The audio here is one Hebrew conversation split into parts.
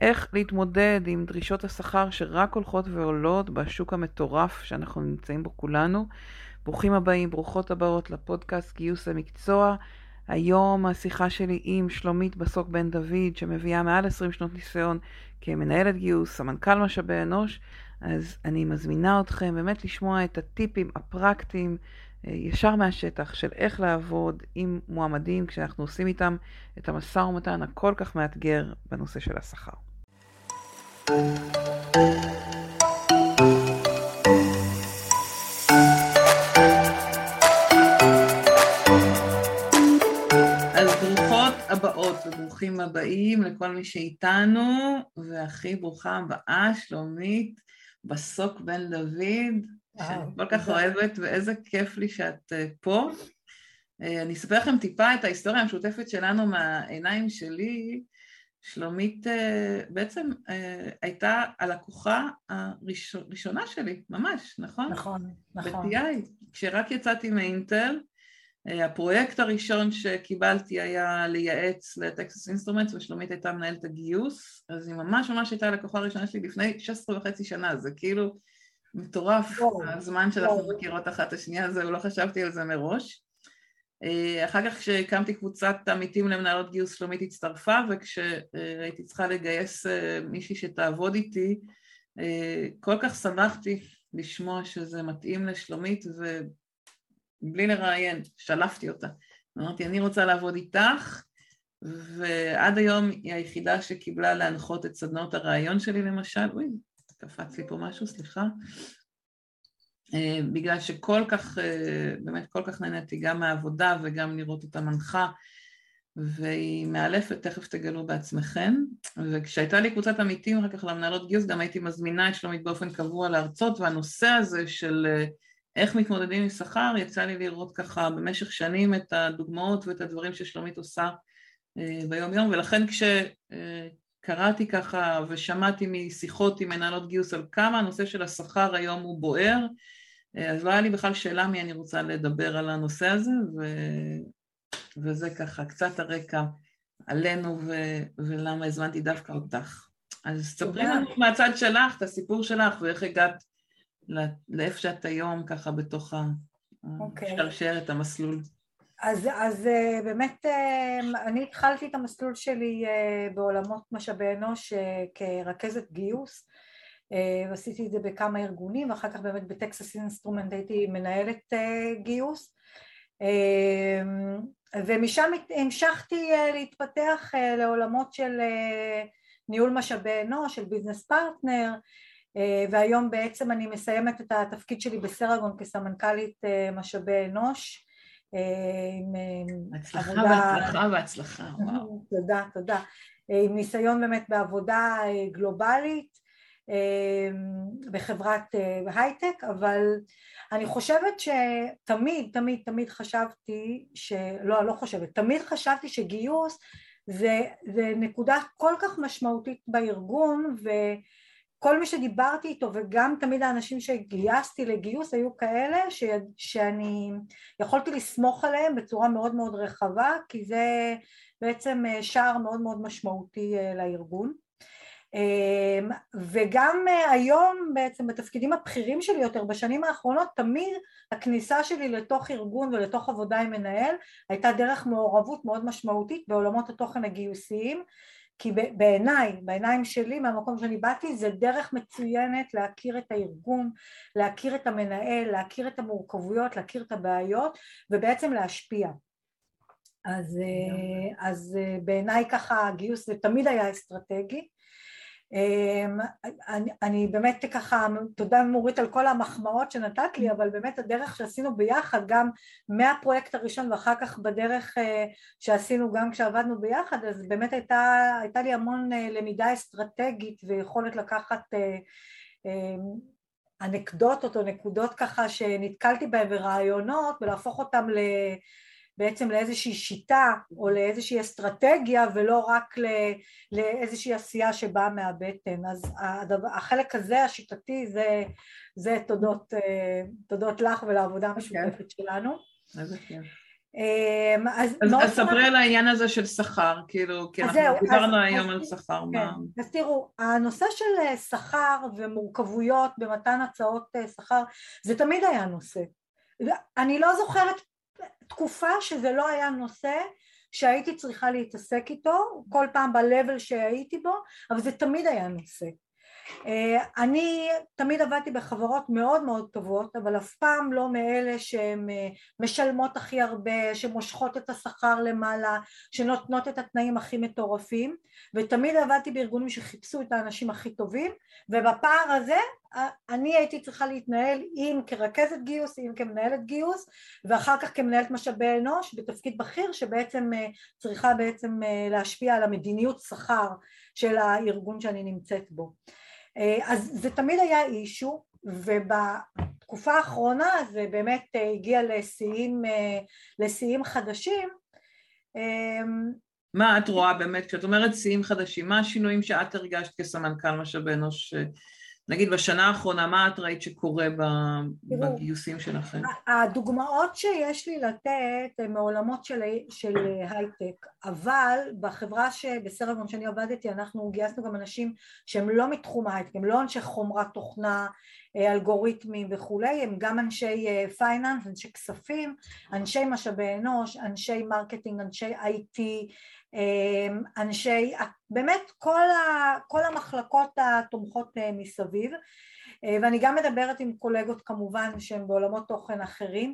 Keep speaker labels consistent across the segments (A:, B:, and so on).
A: איך להתמודד עם דרישות השכר שרק הולכות ועולות בשוק המטורף שאנחנו נמצאים בו כולנו. ברוכים הבאים, ברוכות הבאות לפודקאסט גיוס המקצוע. היום השיחה שלי עם שלומית בסוק בן דוד, שמביאה מעל 20 שנות ניסיון כמנהלת גיוס, סמנכ"ל משאבי אנוש. אז אני מזמינה אתכם באמת לשמוע את הטיפים הפרקטיים ישר מהשטח של איך לעבוד עם מועמדים כשאנחנו עושים איתם את המשא ומתן הכל כך מאתגר בנושא של השכר. אז ברוכות הבאות וברוכים הבאים לכל מי שאיתנו, והכי ברוכה הבאה שלומית בסוק בן דוד, שאני כל כך אוהבת ואיזה כיף לי שאת פה. אני אספר לכם טיפה את ההיסטוריה המשותפת שלנו מהעיניים שלי. שלומית בעצם הייתה הלקוחה הראשונה שלי, ממש, נכון?
B: נכון, נכון.
A: ב-TI, כשרק יצאתי מאינטל, הפרויקט הראשון שקיבלתי היה לייעץ לטקסס אינסטרומנטס, ושלומית הייתה מנהלת הגיוס, אז היא ממש הייתה הלקוחה הראשונה שלי לפני 16.5 שנה, זה כאילו מטורף, הזמן שאנחנו מכירות אחת השנייה, זהו, לא חשבתי על זה מראש. אחר כך כשהקמתי קבוצת עמיתים למנהלות גיוס, שלומית הצטרפה, וכשהייתי צריכה לגייס מישהי שתעבוד איתי, כל כך שמחתי לשמוע שזה מתאים לשלומית, ובלי לראיין, שלפתי אותה. אמרתי, אני רוצה לעבוד איתך, ועד היום היא היחידה שקיבלה להנחות את סדנות הרעיון שלי למשל. אוי, קפץ לי פה משהו, סליחה. בגלל שכל כך, באמת כל כך נהניתי גם מהעבודה וגם לראות אותה מנחה, והיא מאלפת, תכף תגלו בעצמכם. וכשהייתה לי קבוצת עמיתים אחר כך למנהלות גיוס, גם הייתי מזמינה את שלומית באופן קבוע להרצות, והנושא הזה של איך מתמודדים עם שכר, יצא לי לראות ככה במשך שנים את הדוגמאות ואת הדברים ששלומית עושה ביום יום, ולכן קראתי ככה ושמעתי משיחות עם מנהלות גיוס על כמה הנושא של השכר היום הוא בוער, אז לא היה לי בכלל שאלה מי אני רוצה לדבר על הנושא הזה, וזה ככה קצת הרקע עלינו ולמה הזמנתי דווקא אותך. אז ספרי לנו מהצד שלך, את הסיפור שלך ואיך הגעת לאיפה שאת היום ככה בתוך השרשרת המסלול.
B: אז באמת אני התחלתי את המסלול שלי בעולמות משאבי אנוש כרכזת גיוס, ועשיתי את זה בכמה ארגונים, ואחר כך באמת בטקסס אינסטרומנט הייתי מנהלת גיוס, ומשם המשכתי להתפתח לעולמות של ניהול משאבי אנוש, של ביזנס פרטנר, והיום בעצם אני מסיימת את התפקיד שלי בסרגון כסמנכ"לית משאבי אנוש,
A: בהצלחה, וואו.
B: תודה. עם ניסיון באמת בעבודה גלובלית בחברת הייטק, אבל אני חושבת תמיד חשבתי תמיד חשבתי שגיוס זה נקודה כל כך משמעותית בארגון, כל מי שדיברתי איתו וגם תמיד האנשים שגייסתי לגיוס היו כאלה שאני יכולתי לסמוך עליהם בצורה מאוד מאוד רחבה, כי זה בעצם שער מאוד מאוד משמעותי לארגון. וגם היום בעצם בתפקידים הבכירים שלי יותר בשנים האחרונות, תמיד הכניסה שלי לתוך ארגון ולתוך עבודה עם מנהל הייתה דרך מעורבות מאוד משמעותית בעולמות התוכן הגיוסיים, כי בעיניים שלי, מהמקום שאני באתי, זה דרך מצוינת להכיר את הארגון, להכיר את המנהל, להכיר את המורכבויות, להכיר את הבעיות, ובעצם להשפיע. אז בעיניי ככה הגיוס זה תמיד היה אסטרטגי. אני באמת ככה, תודה מורית על כל המחמאות שנתת לי, אבל באמת הדרך שעשינו ביחד, גם מהפרויקט הראשון ואחר כך בדרך שעשינו גם כשעבדנו ביחד, אז באמת הייתה לי המון למידה אסטרטגית ויכולת לקחת אנקדוטות או נקודות ככה שנתקלתי בהן ורעיונות ולהפוך אותם בעצם לאיזושהי שיטה או לאיזושהי אסטרטגיה, ולא רק לאיזושהי עשייה שבאה מהבטן. אז החלק הזה השיטתי זה תודות לך ולעבודה המשותפת שלנו.
A: אז ספרי על העניין הזה של שכר, כאילו, כי אנחנו דיברנו היום על שכר.
B: כן, אז תראו, הנושא של שכר ומורכבויות במתן הצעות שכר, זה תמיד היה נושא. אני לא זוכרת תקופה שזה לא היה נושא שהייתי צריכה להתעסק איתו, כל פעם ב-level שהייתי בו, אבל זה תמיד היה נושא. אני תמיד עבדתי בחברות מאוד מאוד טובות, אבל אף פעם לא מאלה שהן משלמות הכי הרבה, שמושכות את השכר למעלה, שנותנות את התנאים הכי מטורפים, ותמיד עבדתי בארגונים שחיפשו את האנשים הכי טובים, ובפער הזה אני הייתי צריכה להתנהל אם כרכזת גיוס, אם כמנהלת גיוס, ואחר כך כמנהלת משאבי אנוש בתפקיד בכיר, שבעצם צריכה בעצם להשפיע על המדיניות שכר של הארגון שאני נמצאת בו. אז זה תמיד היה אישו, ובתקופה האחרונה זה באמת הגיע לשיאים חדשים.
A: מה את רואה באמת, כשאת אומרת שיאים חדשים, מה השינויים שאת הרגשת כסמנכ"ל משאבי אנוש, נגיד בשנה האחרונה, מה את ראית שקורה בגיוסים שלכם?
B: הדוגמאות שיש לי לתת הן מעולמות של הייטק, אבל בחברה שבסרגון שאני עבדתי אנחנו גייסנו גם אנשים שהם לא מתחום ההייטק, הם לא אנשי חומרת תוכנה, אלגוריתמים וכולי, הם גם אנשי פייננס, אנשי כספים, אנשי משאבי אנוש, אנשי מרקטינג, אנשי IT, אנשי, באמת כל המחלקות התומכות מסביב, ואני גם מדברת עם קולגות כמובן שהם בעולמות תוכן אחרים.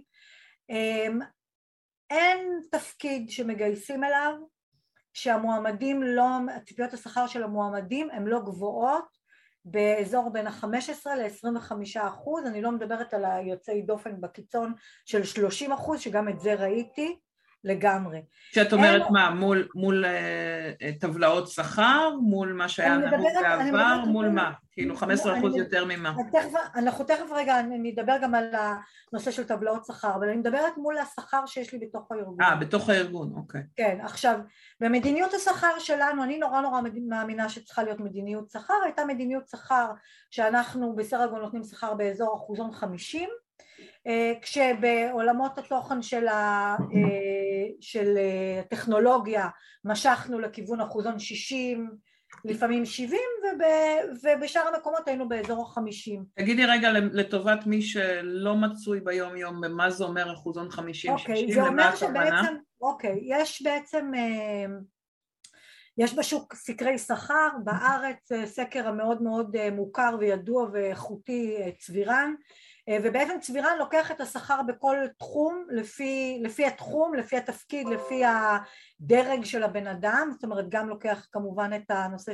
B: אין תפקיד שמגייסים אליו שהמועמדים לא, ציפיות השכר של המועמדים הן לא גבוהות, באזור בין ה-15 ל-25%, אני לא מדברת על היוצאי דופן בקיצון של 30%, שגם את זה ראיתי לגמרי.
A: שאת אומרת מה, מול טבלאות שכר, מול מה שהיה נהוג בעבר, מול מה? כאילו 15% יותר ממה?
B: אנחנו תכף רגע נדבר גם על הנושא של טבלאות שכר, אבל אני מדברת מול השכר שיש לי בתוך הארגון.
A: בתוך הארגון, אוקיי.
B: כן, עכשיו, במדיניות השכר שלנו, אני נורא מאמינה שצריכה להיות מדיניות שכר, הייתה מדיניות שכר שאנחנו בסרגון נותנים שכר באזור אחוזון 50, כשבעולמות התוכן של הטכנולוגיה משכנו לכיוון אחוזון 60, לפעמים 70, ובשאר המקומות היינו באזור 50.
A: תגידי רגע לטובת מי שלא מצוי ביום יום, מה זה אומר אחוזון 50-60?
B: אוקיי, זה אומר שבעצם, אוקיי, יש בשוק סקרי שכר, בארץ סקר המאוד מאוד מוכר וידוע ואיכותי צבירן, ובעצם צבירן לוקח את השכר בכל תחום, לפי התחום, לפי התפקיד, לפי הדרג של הבן אדם, זאת אומרת גם לוקח כמובן את הנושא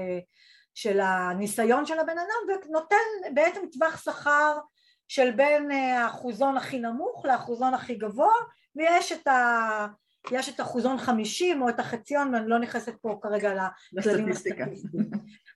B: של הניסיון של הבן אדם, ונותן בעצם טווח שכר של בין האחוזון הכי נמוך לאחוזון הכי גבוה, ויש את אחוזון 50 או את החציון, ואני לא נכנסת פה כרגע לכללים הסטטיסטיים.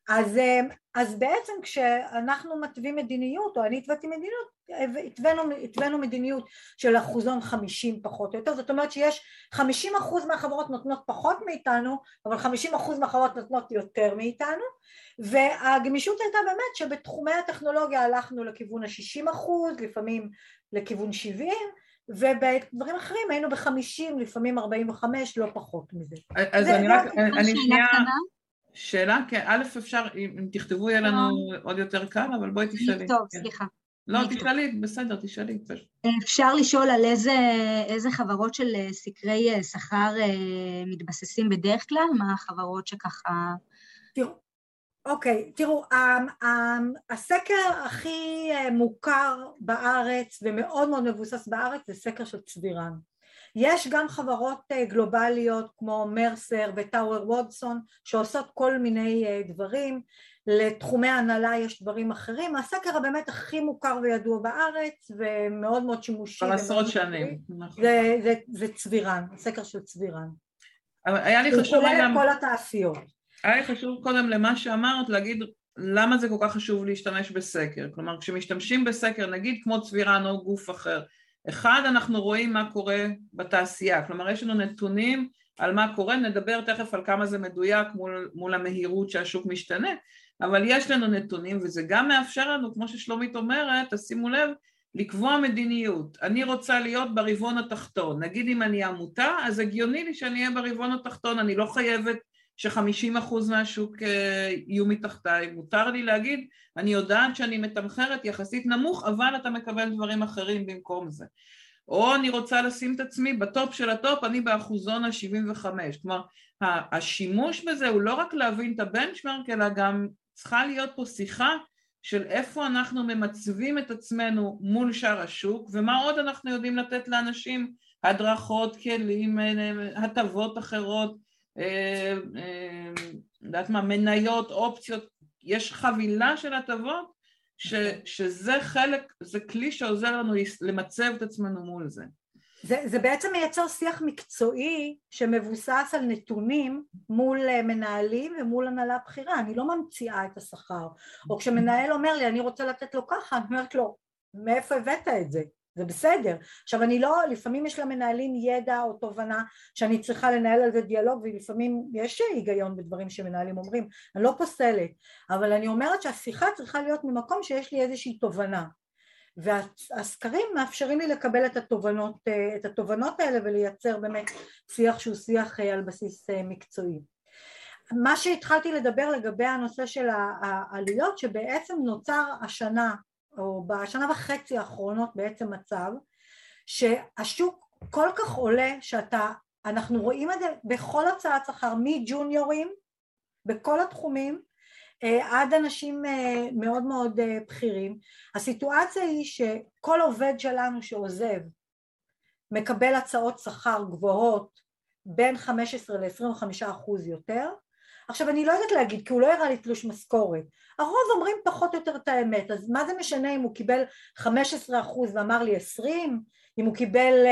B: אז בעצם כשאנחנו מתווים מדיניות, או אני התוויתי מדיניות, התווינו מדיניות של אחוזון 50 פחות או יותר, זאת אומרת שיש 50% מהחברות נותנות פחות מאיתנו, אבל 50% מהחברות נותנות יותר מאיתנו, והגמישות הייתה באמת שבתחומי הטכנולוגיה הלכנו לכיוון ה-60%, לפעמים לכיוון 70%, ובדברים אחרים היינו ב-50, לפעמים 45, לא פחות מזה.
A: אז אני שנייה... שאלה, כי א' אפשר, אם תכתבו יהיה לנו עוד יותר קל, אבל בואי תשאלי.
C: טוב, סליחה.
A: לא, תשאלי, בסדר, תשאלי.
C: אפשר לשאול על איזה חברות של סקרי שכר מתבססים בדרך כלל? מה החברות שככה...
B: אוקיי, תראו, הסקר הכי מוכר בארץ ומאוד מאוד מבוסס בארץ זה סקר של צבירן. יש גם חברות גלובליות כמו מרסר וטאוור וודסון שעושות כל מיני דברים, לתחומי ההנהלה יש דברים אחרים, הסקר הבאמת הכי מוכר וידוע בארץ ומאוד מאוד שימושי.
A: כבר עשרות שנים.
B: זה צבירן, הסקר של צבירן.
A: היה לי חשוב
B: גם... כל התעשיות.
A: היה לי חשוב קודם למה שאמרת להגיד למה זה כל כך חשוב להשתמש בסקר, כלומר כשמשתמשים בסקר נגיד כמו צבירן או גוף אחר, אחד, אנחנו רואים מה קורה בתעשייה, כלומר יש לנו נתונים על מה קורה, נדבר תכף על כמה זה מדויק מול המהירות שהשוק משתנה, אבל יש לנו נתונים וזה גם מאפשר לנו, כמו ששלומית אומרת, תשימו לב, לקבוע מדיניות. אני רוצה להיות ברבעון התחתון. נגיד אם אני עמותה, אז הגיוני לי שאני אהיה ברבעון התחתון, אני לא חייבת ש50% מהשוק יהיו מתחתיי. מותר לי להגיד, אני יודעת שאני מתמחרת יחסית נמוך, אבל אתה מקבל דברים אחרים במקום זה. או אני רוצה לשים את עצמי בטופ של הטופ, אני באחוזון ה-75. כלומר, השימוש בזה הוא לא רק להבין את הבנצ'מרק, אלא גם צריכה להיות פה שיחה של איפה אנחנו ממצבים את עצמנו מול שאר השוק, ומה עוד אנחנו יודעים לתת לאנשים, הדרכות, כלים, הטבות אחרות, יודעת מה, מניות, אופציות, יש חבילה של הטבות, שזה חלק, זה כלי שעוזר לנו למצב את עצמנו מול זה.
B: זה בעצם מייצר שיח מקצועי שמבוסס על נתונים מול מנהלים ומול הנהלה בחירה. אני לא ממציאה את השכר, או כשמנהל אומר לי אני רוצה לתת לו ככה, אני אומרת לו מאיפה הבאת את זה? זה בסדר. עכשיו אני לא, לפעמים יש למנהלים ידע או תובנה שאני צריכה לנהל על זה דיאלוג, ולפעמים יש היגיון בדברים שמנהלים אומרים, אני לא פוסלת, אבל אני אומרת שהשיחה צריכה להיות ממקום שיש לי איזושהי תובנה, והסקרים מאפשרים לי לקבל את התובנות האלה ולייצר באמת שיח שהוא שיח על בסיס מקצועי. מה שהתחלתי לדבר לגבי הנושא של העלויות, שבעצם נוצר השנה או בשנה וחצי האחרונות בעצם מצב שהשוק כל כך עולה אנחנו רואים את זה בכל הצעת שכר, מג'וניורים בכל התחומים עד אנשים מאוד מאוד בכירים. הסיטואציה היא שכל עובד שלנו שעוזב מקבל הצעות שכר גבוהות בין 15 ל-25% יותר. עכשיו אני לא יודעת להגיד, כי הוא לא הראה לי תלוש משכורת, הרוב אומרים פחות או יותר את האמת, אז מה זה משנה אם הוא קיבל 15% ואמר לי 20, אם הוא קיבל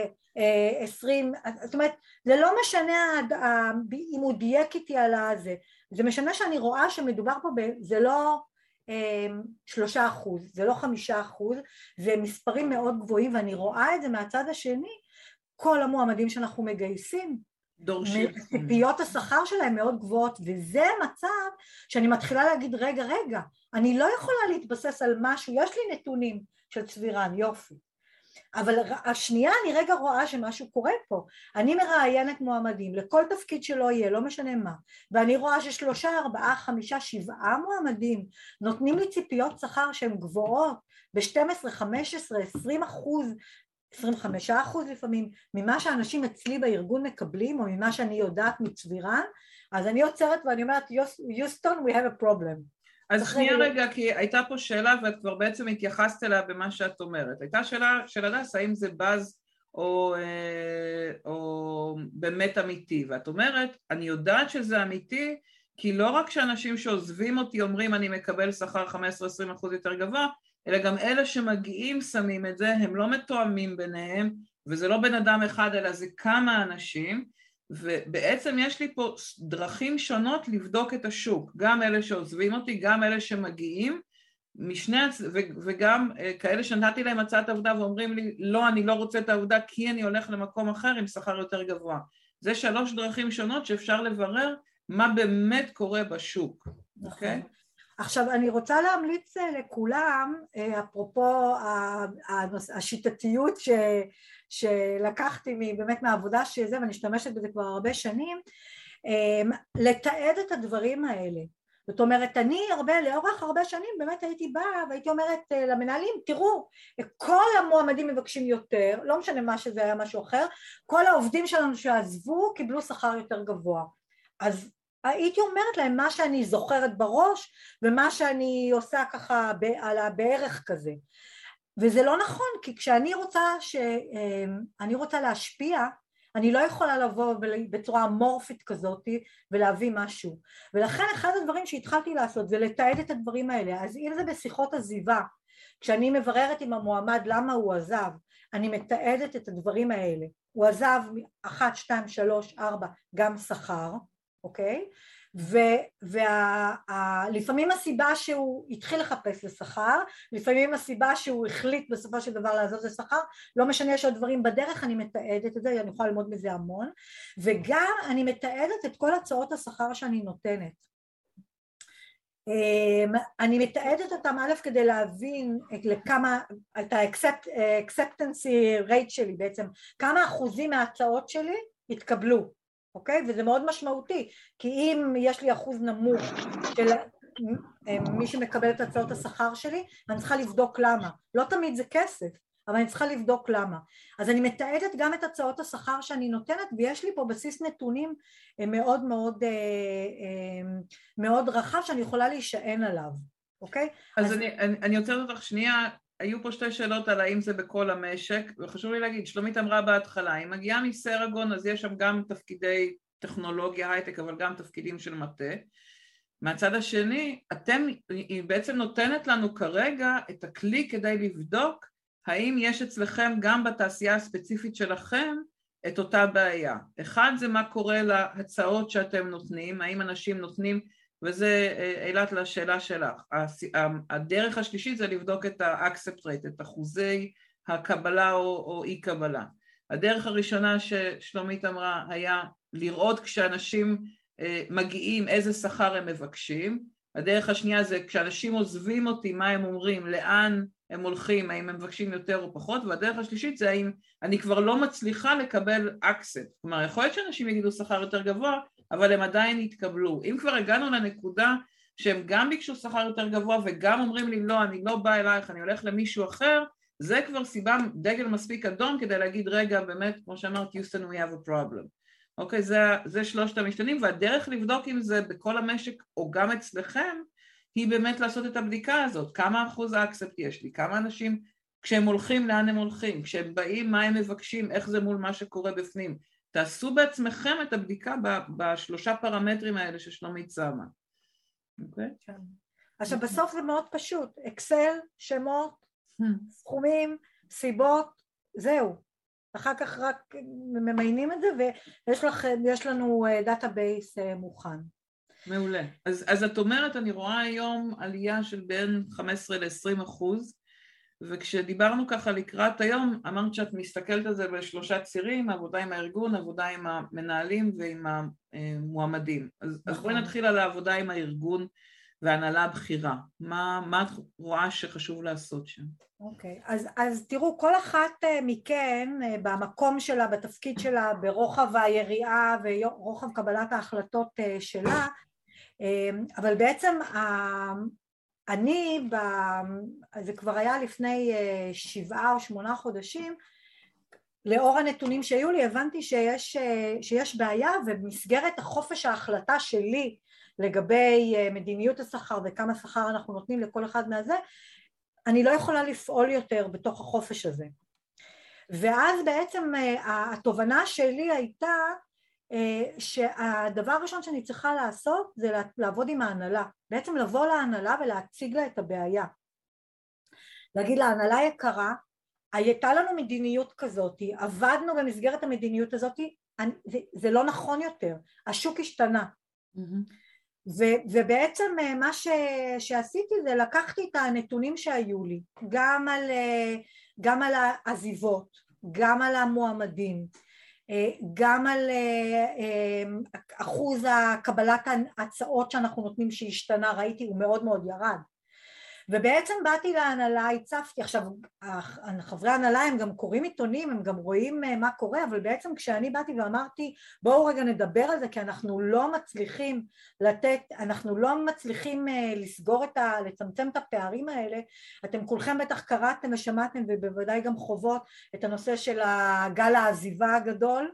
B: 20, זאת אומרת זה לא משנה אם הוא דייק איתי על הזה, זה משנה שאני רואה שמדובר פה, זה לא 3%, זה לא 5%, זה מספרים מאוד גבוהים, ואני רואה את זה מהצד השני, כל המועמדים שאנחנו מגייסים, ציפיות השכר שלהם מאוד גבוהות, וזה מצב שאני מתחילה להגיד רגע, אני לא יכולה להתבסס על משהו, יש לי נתונים של צבירן, יופי, אבל השנייה אני רגע רואה שמשהו קורה פה, אני מראיינת מועמדים לכל תפקיד שלא יהיה, לא משנה מה, ואני רואה ש3, 4, 5, 7 מועמדים נותנים לי ציפיות שכר שהן גבוהות ב-12, 15, 20%, 25% לפעמים, ממה שאנשים אצלי בארגון מקבלים, או ממה שאני יודעת מצבירן, אז אני עוצרת ואני אומרת, יוסטון, we have a problem.
A: אז שנייה רגע, כי הייתה פה שאלה ואת כבר בעצם התייחסת אליה במה שאת אומרת. הייתה שאלה של הדס, האם זה באז או באמת אמיתי, ואת אומרת, אני יודעת שזה אמיתי, כי לא רק שאנשים שעוזבים אותי אומרים אני מקבל שכר 15-20% יותר גבוה, אלא גם אלה שמגיעים שמים את זה, הם לא מתואמים ביניהם, וזה לא בן אדם אחד אלא זה כמה אנשים, ובעצם יש לי פה דרכים שונות לבדוק את השוק, גם אלה שעוזבים אותי, גם אלה שמגיעים, וגם כאלה שנתתי להם הצעת עבודה ואומרים לי, לא, אני לא רוצה את העבודה כי אני הולך למקום אחר עם שכר יותר גבוה. זה 3 דרכים שונות שאפשר לברר מה באמת קורה בשוק, אוקיי?
B: עכשיו אני רוצה להמליץ לכולם, אפרופו השיטתיות שלקחתי באמת מהעבודה שזה, ואני משתמשת בזה כבר הרבה שנים, לתעד את הדברים האלה. זאת אומרת, אני לאורך הרבה שנים באמת הייתי באה והייתי אומרת למנהלים, תראו, כל המועמדים מבקשים יותר, לא משנה מה שזה היה משהו אחר, כל העובדים שלנו שעזבו קיבלו שכר יותר גבוה. אז הייתי אומרת להם מה שאני זוכרת בראש ומה שאני עושה ככה על הבערך כזה, וזה לא נכון, כי כשאני רוצה להשפיע, אני לא יכולה לבוא בצורה אמורפית כזאת ולהביא משהו, ולכן אחד הדברים שהתחלתי לעשות זה לתעד את הדברים האלה. אז אם זה בשיחות עזיבה, כשאני מבררת עם המועמד למה הוא עזב, אני מתעדת את הדברים האלה, הוא עזב 1, 2, 3, 4 גם שכר, אוקיי? ולפעמים הסיבה שהוא התחיל לחפש לשכר, לפעמים הסיבה שהוא החליט בסופו של דבר לעזוב לשכר, לא משנה, יש עוד דברים בדרך, אני מתעדת את זה, אני יכולה ללמוד מזה המון, וגם אני מתעדת את כל הצעות השכר שאני נותנת. אני מתעדת אותם א' כדי להבין לכמה, את ה-acceptance rate שלי בעצם, כמה אחוזים מההצעות שלי התקבלו, אוקיי? וזה מאוד משמעותי, כי אם יש לי אחוז נמוך של מי שמקבל את הצעות השכר שלי, אני צריכה לבדוק למה. לא תמיד זה כסף, אבל אני צריכה לבדוק למה. אז אני מתעדת גם את הצעות השכר שאני נותנת, ויש לי פה בסיס נתונים מאוד מאוד מאוד רחב שאני יכולה להישען עליו, אוקיי?
A: אז אני עוצרת אותך שנייה, היו פה שתי שאלות על האם זה בכל המשק, וחשוב לי להגיד, שלומית אמרה בהתחלה, היא מגיעה מסרגון, אז יש שם גם תפקידי טכנולוגיה, הייטק, אבל גם תפקידים של מטה. מהצד השני, היא בעצם נותנת לנו כרגע את הכלי כדי לבדוק האם יש אצלכם גם בתעשייה הספציפית שלכם את אותה בעיה. אחד זה מה קורה להצעות שאתם נותנים, האם אנשים נותנים, וזה אילת לשאלה שלך. הדרך השלישית זה לבדוק את ה-accept rate, את אחוזי הקבלה או אי קבלה. הדרך הראשונה ששלומית אמרה היה לראות כשאנשים מגיעים איזה שכר הם מבקשים. הדרך השנייה זה כשאנשים עוזבים אותי מה הם אומרים, לאן הם הולכים, האם הם מבקשים יותר או פחות, והדרך השלישית זה האם אני כבר לא מצליחה לקבל accept. כלומר, יכול להיות שאנשים יגידו שכר יותר גבוה, אבל הם עדיין יתקבלו. אם כבר הגענו לנקודה שהם גם ביקשו שכר יותר גבוה וגם אומרים לי לא, אני לא בא אלייך, אני הולך למישהו אחר, זה כבר סיבה, דגל מספיק אדום כדי להגיד רגע, באמת, כמו שאמרת, Houston, we have a problem. אוקיי, זה שלושת המשתנים, והדרך לבדוק אם זה בכל המשק או גם אצלכם, היא באמת לעשות את הבדיקה הזאת, כמה אחוז האקספט יש לי, כמה אנשים, כשהם הולכים, לאן הם הולכים, כשהם באים, מה הם מבקשים, איך זה מול מה שקורה בפנים. תעשו בעצמכם את הבדיקה בשלושה פרמטרים האלה ששלומית שמה. אוקיי?
B: עכשיו בסוף זה מאוד פשוט, אקסל, שמות, סכומים, סיבות, זהו. אחר כך רק ממיינים את זה ויש לנו דאטאבייס מוכן.
A: מעולה. אז את אומרת, אני רואה היום עלייה של בין 15 ל-20%, וכשדיברנו ככה לקראת היום, אמרת שאת מסתכלת על זה בשלושה צירים, עבודה עם הארגון, עבודה עם המנהלים ועם המועמדים. אז בואי נתחיל על העבודה עם הארגון והנהלה הבכירה. מה את רואה שחשוב לעשות שם?
B: אוקיי, אז תראו, כל אחת מכן במקום שלה, בתפקיד שלה, ברוחב היריעה ורוחב קבלת ההחלטות שלה, אבל בעצם אני, זה כבר היה לפני 7 או 8 חודשים, לאור הנתונים שהיו לי, הבנתי שיש בעיה, ובמסגרת החופש ההחלטה שלי לגבי מדיניות השכר וכמה שכר אנחנו נותנים לכל אחד מהזה, אני לא יכולה לפעול יותר בתוך החופש הזה. ואז בעצם התובנה שלי הייתה שהדבר הראשון שאני צריכה לעשות זה לעבוד עם ההנהלה, בעצם לבוא להנהלה ולהציג לה את הבעיה. להגיד לה, ההנהלה יקרה, הייתה לנו מדיניות כזאת, עבדנו במסגרת המדיניות הזאת, זה לא נכון יותר, השוק השתנה. ובעצם מה שעשיתי זה לקחתי את הנתונים שהיו לי, גם על העזיבות, גם על המועמדים, גם על אחוז הקבלת ההצעות שאנחנו נותנים שהשתנה, ראיתי הוא מאוד מאוד ירד. ובעצם באתי להנהלה, הצפתי, עכשיו חברי ההנהלה הם גם קוראים עיתונים, הם גם רואים מה קורה, אבל בעצם כשאני באתי ואמרתי בואו רגע נדבר על זה, כי אנחנו לא מצליחים אנחנו לא מצליחים לסגור לצמצם את הפערים האלה, אתם כולכם בטח קראתם ושמעתם ובוודאי גם חוות את הנושא של הגל העזיבה הגדול,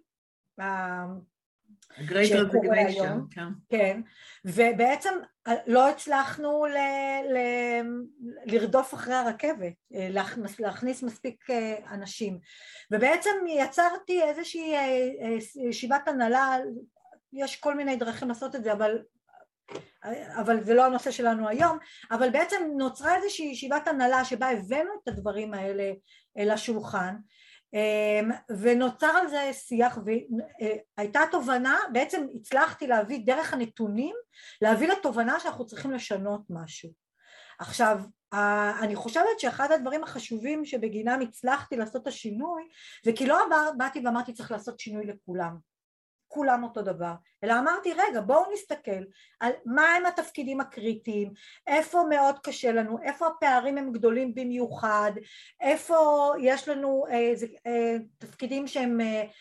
A: Great resignation,
B: כן, ובעצם לא הצלחנו לרדוף אחרי הרכבת, להכניס מספיק אנשים, ובעצם יצרתי איזושהי ישיבת הנהלה, יש כל מיני דרכים לעשות את זה, אבל זה לא הנושא שלנו היום, אבל בעצם נוצרה איזושהי ישיבת הנהלה שבה הבאנו את הדברים האלה לשולחן, ונוצר על זה שיח, והייתה תובנה, בעצם הצלחתי להביא דרך הנתונים, להביא לתובנה שאנחנו צריכים לשנות משהו. עכשיו, אני חושבת שאחד הדברים החשובים שבגינם הצלחתי לעשות את השינוי, זה כי לא באתי ואמרתי צריך לעשות שינוי לכולם. כולם אותו דבר, אלא אמרתי רגע בואו נסתכל על מה הם התפקידים הקריטיים, איפה מאוד קשה לנו, איפה הפערים הם גדולים במיוחד, איפה יש לנו תפקידים שהם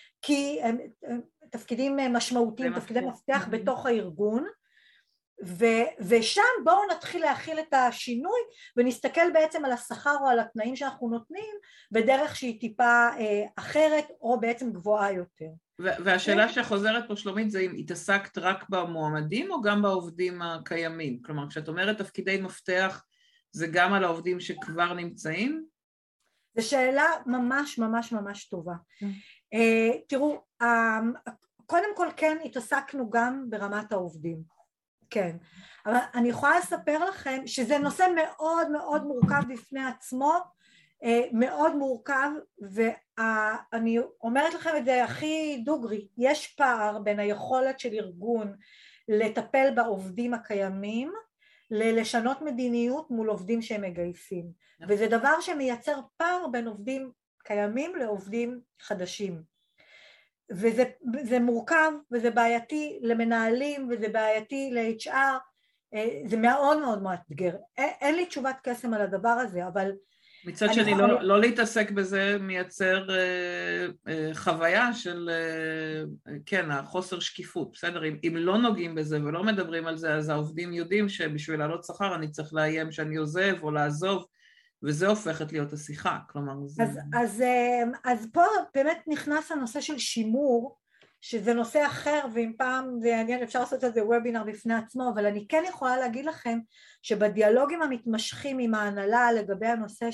B: תפקידים משמעותיים, תפקידי מפתח בתוך הארגון, ושם בואו נתחיל להכיל את השינוי ונסתכל בעצם על השכר או על התנאים שאנחנו נותנים בדרך שהיא טיפה אחרת או בעצם גבוהה יותר.
A: והשאלה שחוזרת פה שלומית זה אם התעסקת רק במועמדים או גם בעובדים הקיימים? כלומר כשאת אומרת תפקידי מפתח זה גם על העובדים שכבר נמצאים?
B: זו שאלה ממש ממש ממש טובה. תראו, קודם כל כן התעסקנו גם ברמת העובדים. כן, אבל אני יכולה לספר לכם שזה נושא מאוד מאוד מורכב בפני עצמו, מאוד מורכב, ואני אומרת לכם את זה הכי דוגרי, יש פער בין היכולת של ארגון לטפל בעובדים הקיימים, לשנות מדיניות מול עובדים שהם מגייסים, וזה דבר שמייצר פער בין עובדים קיימים לעובדים חדשים. וזה מורכב וזה בעייתי למנהלים וזה בעייתי ל-HR, זה מאוד מאוד מאתגר, אין לי תשובת קסם על הדבר הזה, אבל
A: מצד שני לא להתעסק בזה מייצר חוויה של כן, החוסר שקיפות, בסדר, אם לא נוגעים בזה ולא מדברים על זה אז העובדים יודעים שבשביל לעלות שכר אני צריך לאיים שאני עוזב או לעזוב, וזה הופכת להיות השיחה, כלומר זה...
B: אז פה באמת נכנס הנושא של שימור, שזה נושא אחר, ואם פעם זה יעניין אפשר לעשות את זה וובינר בפני עצמו, אבל אני כן יכולה להגיד לכם שבדיאלוגים המתמשכים עם ההנהלה לגבי הנושא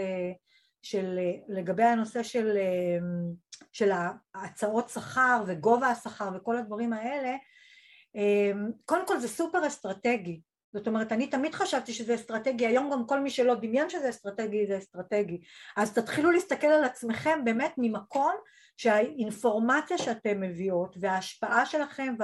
B: של ההצעות שכר וגובה השכר וכל הדברים האלה, קודם כל זה סופר אסטרטגי, זאת אומרת, אני תמיד חשבתי שזה אסטרטגי, היום גם כל מי שלא דמיין שזה אסטרטגי, זה אסטרטגי. אז תתחילו להסתכל על עצמכם באמת ממקום שהאינפורמציה שאתם מביאות וההשפעה שלכם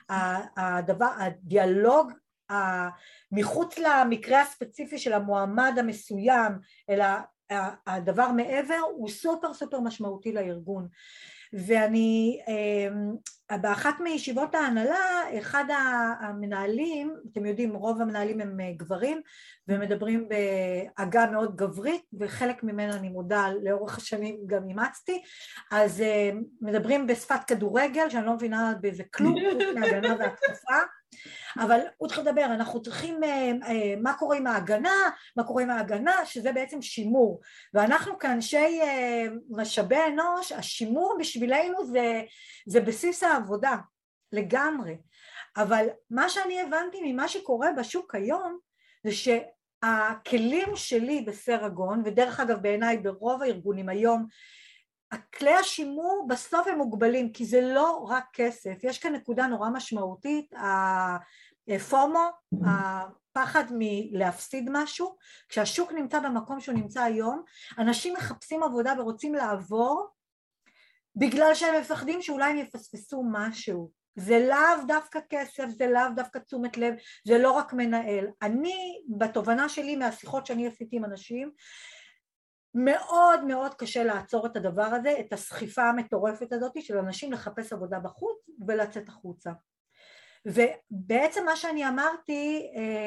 B: והדיאלוג מחוץ למקרה הספציפי של המועמד המסוים, אלא הדבר מעבר הוא סופר סופר משמעותי לארגון. ואני, באחת מישיבות ההנהלה, אחד המנהלים, אתם יודעים, רוב המנהלים הם גברים, ומדברים בהגה מאוד גברית, וחלק ממנה אני מודה, לאורך השנים גם אימצתי, אז מדברים בשפת כדורגל, שאני לא מבינה באיזה כלום, חוץ מהגנה והתקפה, אבל הוא צריך לדבר, אנחנו צריכים מה קורה עם ההגנה, מה קורה עם ההגנה, שזה בעצם שימור, ואנחנו כאנשי משאבי אנוש, השימור בשבילנו זה בסיס העבודה, לגמרי, אבל מה שאני הבנתי ממה שקורה בשוק היום, זה שהכלים שלי בסרגון, ודרך אגב בעיניי ברוב הארגונים היום, הכלי השימור בסוף הם מוגבלים, כי זה לא רק כסף, יש כאן נקודה נורא משמעותית, הפומו, הפחד מלהפסיד משהו, כשהשוק נמצא במקום שהוא נמצא היום, אנשים מחפשים עבודה ורוצים לעבור, בגלל שהם מפחדים שאולי הם יפספסו משהו, זה לאו דווקא כסף, זה לאו דווקא תשומת לב, זה לא רק מנהל, אני בתובנה שלי מהשיחות שאני עשיתי עם אנשים, מאוד מאוד קשה לעצור את הדבר הזה, את הסחיפה המטורפת הזאת של אנשים לחפש עבודה בחוץ ולצאת החוצה. ובעצם מה שאני אמרתי,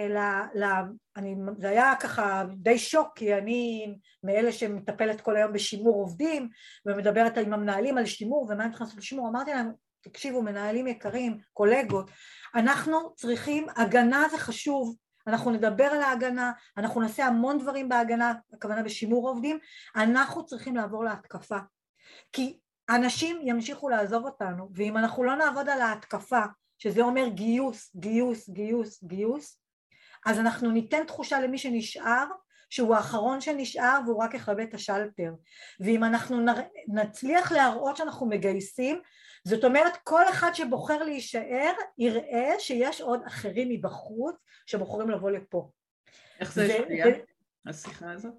B: זה היה ככה די שוק, כי אני מאלה שמטפלת כל היום בשימור עובדים, ומדברת עם המנהלים על שימור, ומה נכנס לשימור, אמרתי להם, תקשיבו מנהלים יקרים, קולגות, אנחנו צריכים, הגנה זה חשוב, אנחנו נדבר על ההגנה, אנחנו נעשה המון דברים בהגנה, הכוונה בשימור עובדים, אנחנו צריכים לעבור להתקפה, כי אנשים ימשיכו לעזוב אותנו, ואם אנחנו לא נעבוד על ההתקפה, שזה אומר גיוס, גיוס, גיוס, גיוס, אז אנחנו ניתן תחושה למי שנשאר, שהוא האחרון שנשאר והוא רק יכבה את השלטר, ואם אנחנו נצליח להראות שאנחנו מגייסים, זאת אומרת כל אחד שבוחר להישאר יראה שיש עוד אחרים מבחוץ שבוחרים לבוא לפה.
A: איך זה השפיע, השיחה הזאת?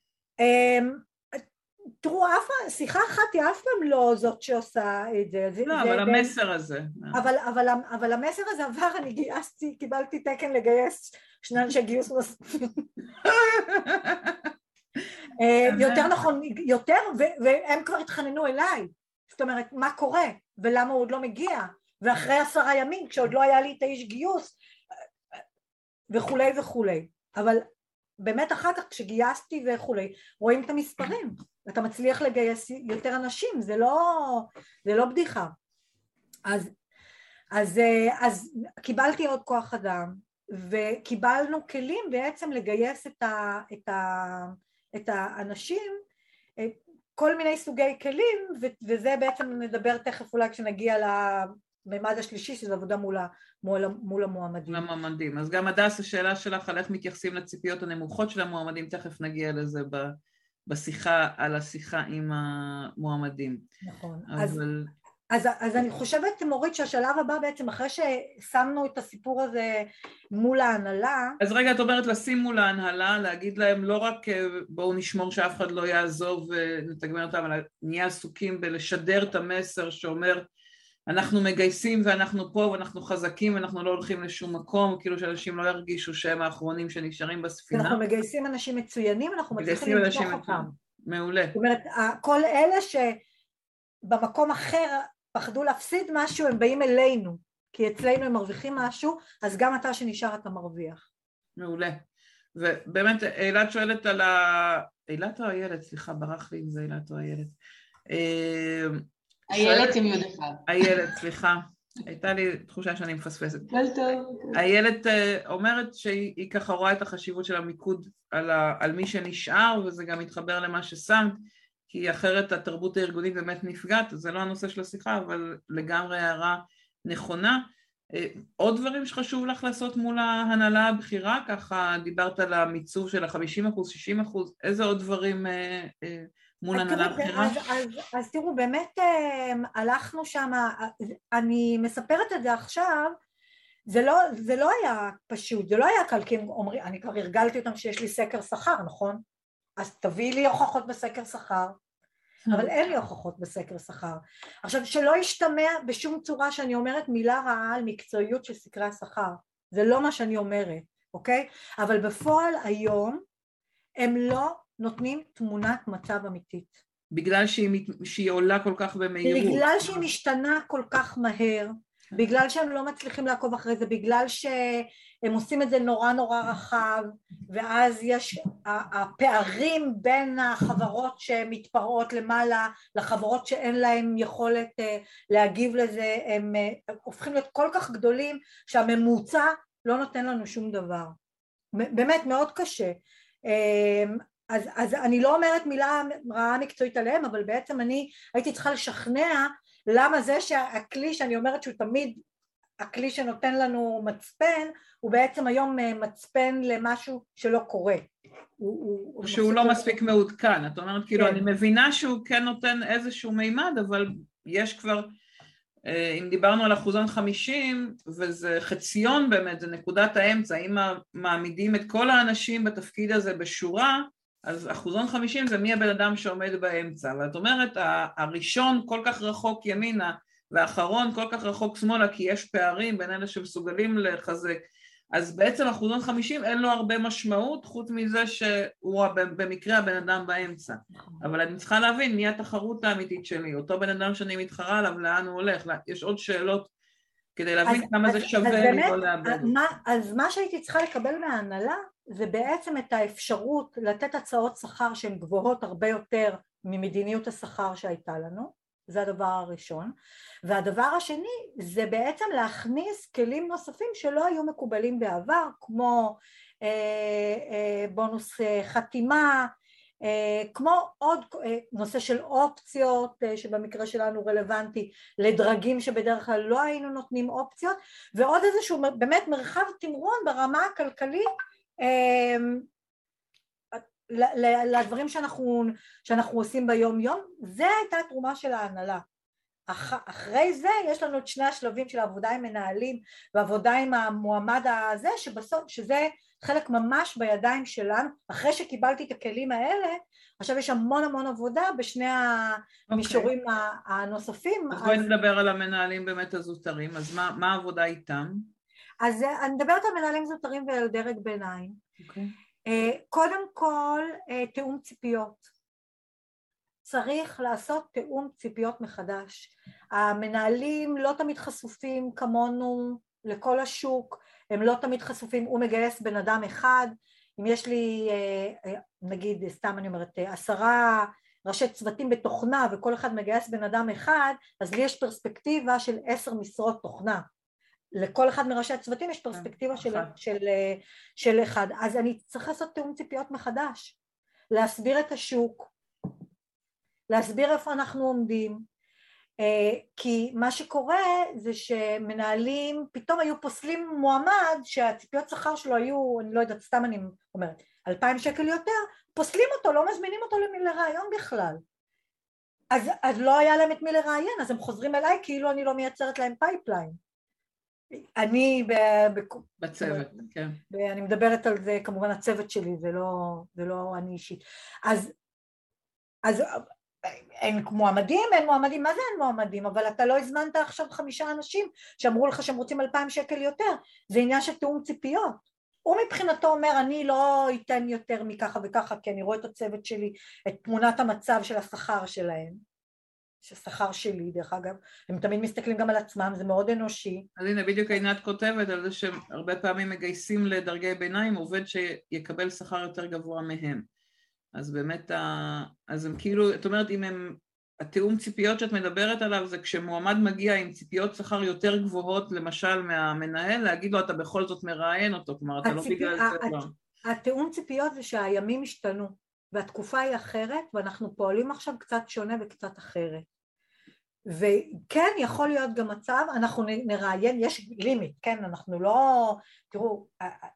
B: תראו, שיחה אחת היא אף פעם לא זאת שעושה את זה.
A: לא, אבל המסר הזה.
B: אבל המסר הזה עבר, אני גייסתי, קיבלתי תקן לגייס 2 אנשי גיוס נוספים. יותר נכון, יותר, והם כבר התחננו אליי. זאת אומרת, מה קורה ולמה הוא עוד לא מגיע, ואחרי 10 ימים כשעוד לא היה לי את האיש גיוס וכולי וכולי. אבל באמת אחר כך כשגייסתי וכולי, רואים את המספרים, אתה מצליח לגייס יותר אנשים, זה לא בדיחה. אז קיבלתי עוד כוח אדם, וקיבלנו כלים בעצם לגייס את האנשים, כל מיני סוגי כלים, וזה בעצם נדבר תכף אולי כשנגיע לממד השלישי, שזה עבודה מול המועמדים.
A: המועמדים. אז גם הדס, השאלה שלך על איך מתייחסים לציפיות הנמוכות של המועמדים, תכף נגיע לזה בשיחה, על השיחה עם המועמדים.
B: נכון.
A: אבל...
B: אז אני חושבת, מורית, שהשלב הבא בעצם, אחרי ששמנו את הסיפור הזה מול ההנהלה...
A: אז רגע, את אומרת לשים מול ההנהלה, להגיד להם לא רק בואו נשמור שאף אחד לא יעזוב ונתגמל אותם, אלא נהיה עסוקים בלשדר את המסר שאומר, אנחנו מגייסים ואנחנו פה ואנחנו חזקים ואנחנו לא הולכים לשום מקום, כאילו שאנשים לא ירגישו שהם האחרונים שנשארים בספינה.
B: אנחנו מגייסים אנשים מצוינים, אנחנו מצליחים למשוך אותם.
A: מעולה.
B: זאת אומרת, כל אלה שבמקום אחר פחדו להפסיד משהו, הם באים אלינו, כי אצלנו הם מרוויחים משהו, אז גם אתה שנשאר אתה מרוויח.
A: מעולה. ובאמת, אילת שואלת על אילת או הילד? סליחה, ברח לי אם זה אילת או הילד.
D: הילד עם יוד אחד.
A: הילד, סליחה. הייתה לי תחושה שאני מפספסת.
D: כל טוב.
A: הילד אומרת שהיא ככה רואה את החשיבות של המיקוד על מי שנשאר, וזה גם מתחבר למה ששמת, כי אחרת התרבות הארגונית באמת נפגעת, זה לא הנושא של השיחה, אבל לגמרי הערה נכונה. עוד דברים שחשוב לך לעשות מול ההנהלה הבכירה, ככה דיברת על המיצוב של ה-50%, 60%, איזה עוד דברים מול ההנהלה הבכירה?
B: אז תראו, באמת הלכנו שם, אני מספרת את זה עכשיו, זה לא היה פשוט, זה לא היה קל, כי אני כבר הרגלתי אותם שיש לי סקר שכר, נכון? אז תביאי לי הוכחות בסקר שכר, אבל אין לי הוכחות בסקר שכר. עכשיו, שלא ישתמע בשום צורה שאני אומרת מילה רעה על מקצועיות של סקרי השכר, זה לא מה שאני אומרת, אוקיי? אבל בפועל היום הם לא נותנים תמונת מצב אמיתית.
A: בגלל שהיא עולה כל כך במהירות.
B: בגלל שהיא משתנה כל כך מהר, בגלל שהם לא מצליחים לעקוב אחרי זה, בגלל שהם עושים את זה נורא נורא רחב, ואז יש הפערים בין החברות שמתפרעות למעלה לחברות שאין להם יכולת להגיב לזה, הם הופכים להיות כל כך גדולים שהממוצע לא נותן לנו שום דבר. באמת מאוד קשה. אז אני לא אומרת מילה רעה מקצועית עליהם, אבל בעצם אני הייתי צריכה לשכנע למה זה שהכלי שאני אומרת שהוא תמיד הכלי שנותן לנו מצפן, הוא בעצם היום מצפן למשהו שלא קורה.
A: שהוא לא מספיק מעודכן. את אומרת, כאילו, אני מבינה שהוא כן נותן איזשהו מימד, אבל יש כבר, אם דיברנו על אחוזון 50, וזה חציון באמת, זה נקודת האמצע, אם מעמידים את כל האנשים בתפקיד הזה בשורה, אז אחוזון 50 זה מי הבן אדם שעומד באמצע, ואת אומרת, הראשון כל כך רחוק ימינה, והאחרון כל כך רחוק שמאלה, כי יש פערים בין אלה שמסוגלים לחזק, אז בעצם אחוזון 50 אין לו הרבה משמעות, חוץ מזה שהוא במקרה הבן אדם באמצע. אבל אני צריכה להבין מי התחרות האמיתית שלי, אותו בן אדם שאני מתחרה עליו, לאן הוא הולך, יש עוד שאלות כדי להבין כמה זה שווה לי לא לאבד.
B: אז מה שהייתי צריכה לקבל מההנהלה, זה בעצם את האפשרות לתת הצעות שכר שהן גבוהות הרבה יותר ממדיניות השכר שהייתה לנו, זה הדבר הראשון, והדבר השני זה בעצם להכניס כלים נוספים שלא היו מקובלים בעבר, כמו בונוס חתימה, כמו עוד נושא של אופציות שבמקרה שלנו רלוונטי לדרגים שבדרך כלל לא היינו נותנים אופציות, ועוד איזשהו באמת מרחב תמרון ברמה הכלכלית לדברים שאנחנו עושים ביום יום. זה הייתה התרומה של ההנהלה. אחרי זה יש לנו את שני השלבים של העבודה עם מנהלים ועבודה עם המועמד הזה, שזה חלק ממש בידיים שלנו. אחרי שקיבלתי את הכלים האלה, עכשיו יש המון המון עבודה בשני המישורים הנוספים.
A: אז בואי נדבר על המנהלים באמת הזוטרים, אז מה העבודה איתם?
B: אז אני מדברת על מנהלים זוטרים ועל דרג ביניים. קודם כל תאום ציפיות. צריך לעשות תיאום ציפיות מחדש. המנהלים לא תמיד חשופים כמונו לכל השוק, הם לא תמיד חשופים, הוא מגייס בן אדם אחד, אם יש לי, נגיד, סתם אני אומרת, 10 ראשי צוותים בתוכנה וכל אחד מגייס בן אדם אחד, אז לי יש פרספקטיבה של 10 משרות תוכנה. לכל אחד מראשי הצוותים יש פרספקטיבה של אחד. אז אני צריך לעשות תיאום ציפיות מחדש, להסביר את השוק, להסביר איפה אנחנו עומדים, כי מה שקורה זה שמנהלים פתאום היו פוסלים מועמד שהציפיות שכר שלו היו, אני לא יודעת, סתם אני אומרת, 2,000 שקל יותר, פוסלים אותו, לא מזמינים אותו לרעיון בכלל. אז לא היה להם את מי לראיין, אז הם חוזרים אליי כאילו אני לא מייצרת להם פייפליין. אני
A: בצוות, כן.
B: אני מדברת על זה, כמובן הצוות שלי, זה לא אני אישית. אז אין מועמדים, מה זה אין מועמדים? אבל אתה לא הזמנת עכשיו 5 אנשים שאמרו לך שהם רוצים 2,000 שקל יותר, זה עניין של תיאום ציפיות. הוא מבחינתו אומר, אני לא אתן יותר מככה וככה, כי אני רואה את הצוות שלי, את תמונת המצב של השכר שלהם, ששכר שלי, דרך אגב, הם תמיד מסתכלים גם על עצמם, זה מאוד אנושי.
A: אז הנה, בדיוק עינת כותבת על זה שהרבה פעמים מגייסים לדרגי ביניים, עובד שיקבל שכר יותר גבוה מהם. אז באמת, אז הם כאילו, את אומרת, אם הם, התיאום ציפיות שאת מדברת עליו, זה כשמועמד מגיע עם ציפיות שכר יותר גבוהות, למשל מהמנהל, להגיד לו, אתה בכל זאת מראיין אותו, כלומר, אתה לא בגלל זה לא.
B: התיאום ציפיות זה שהימים השתנו, והתקופה היא אחרת, ואנחנו פועלים עכשיו קצת שונה וקצת אחרת. וכן, יכול להיות גם מצב, אנחנו נראיין, יש לימיט, כן, אנחנו לא, תראו,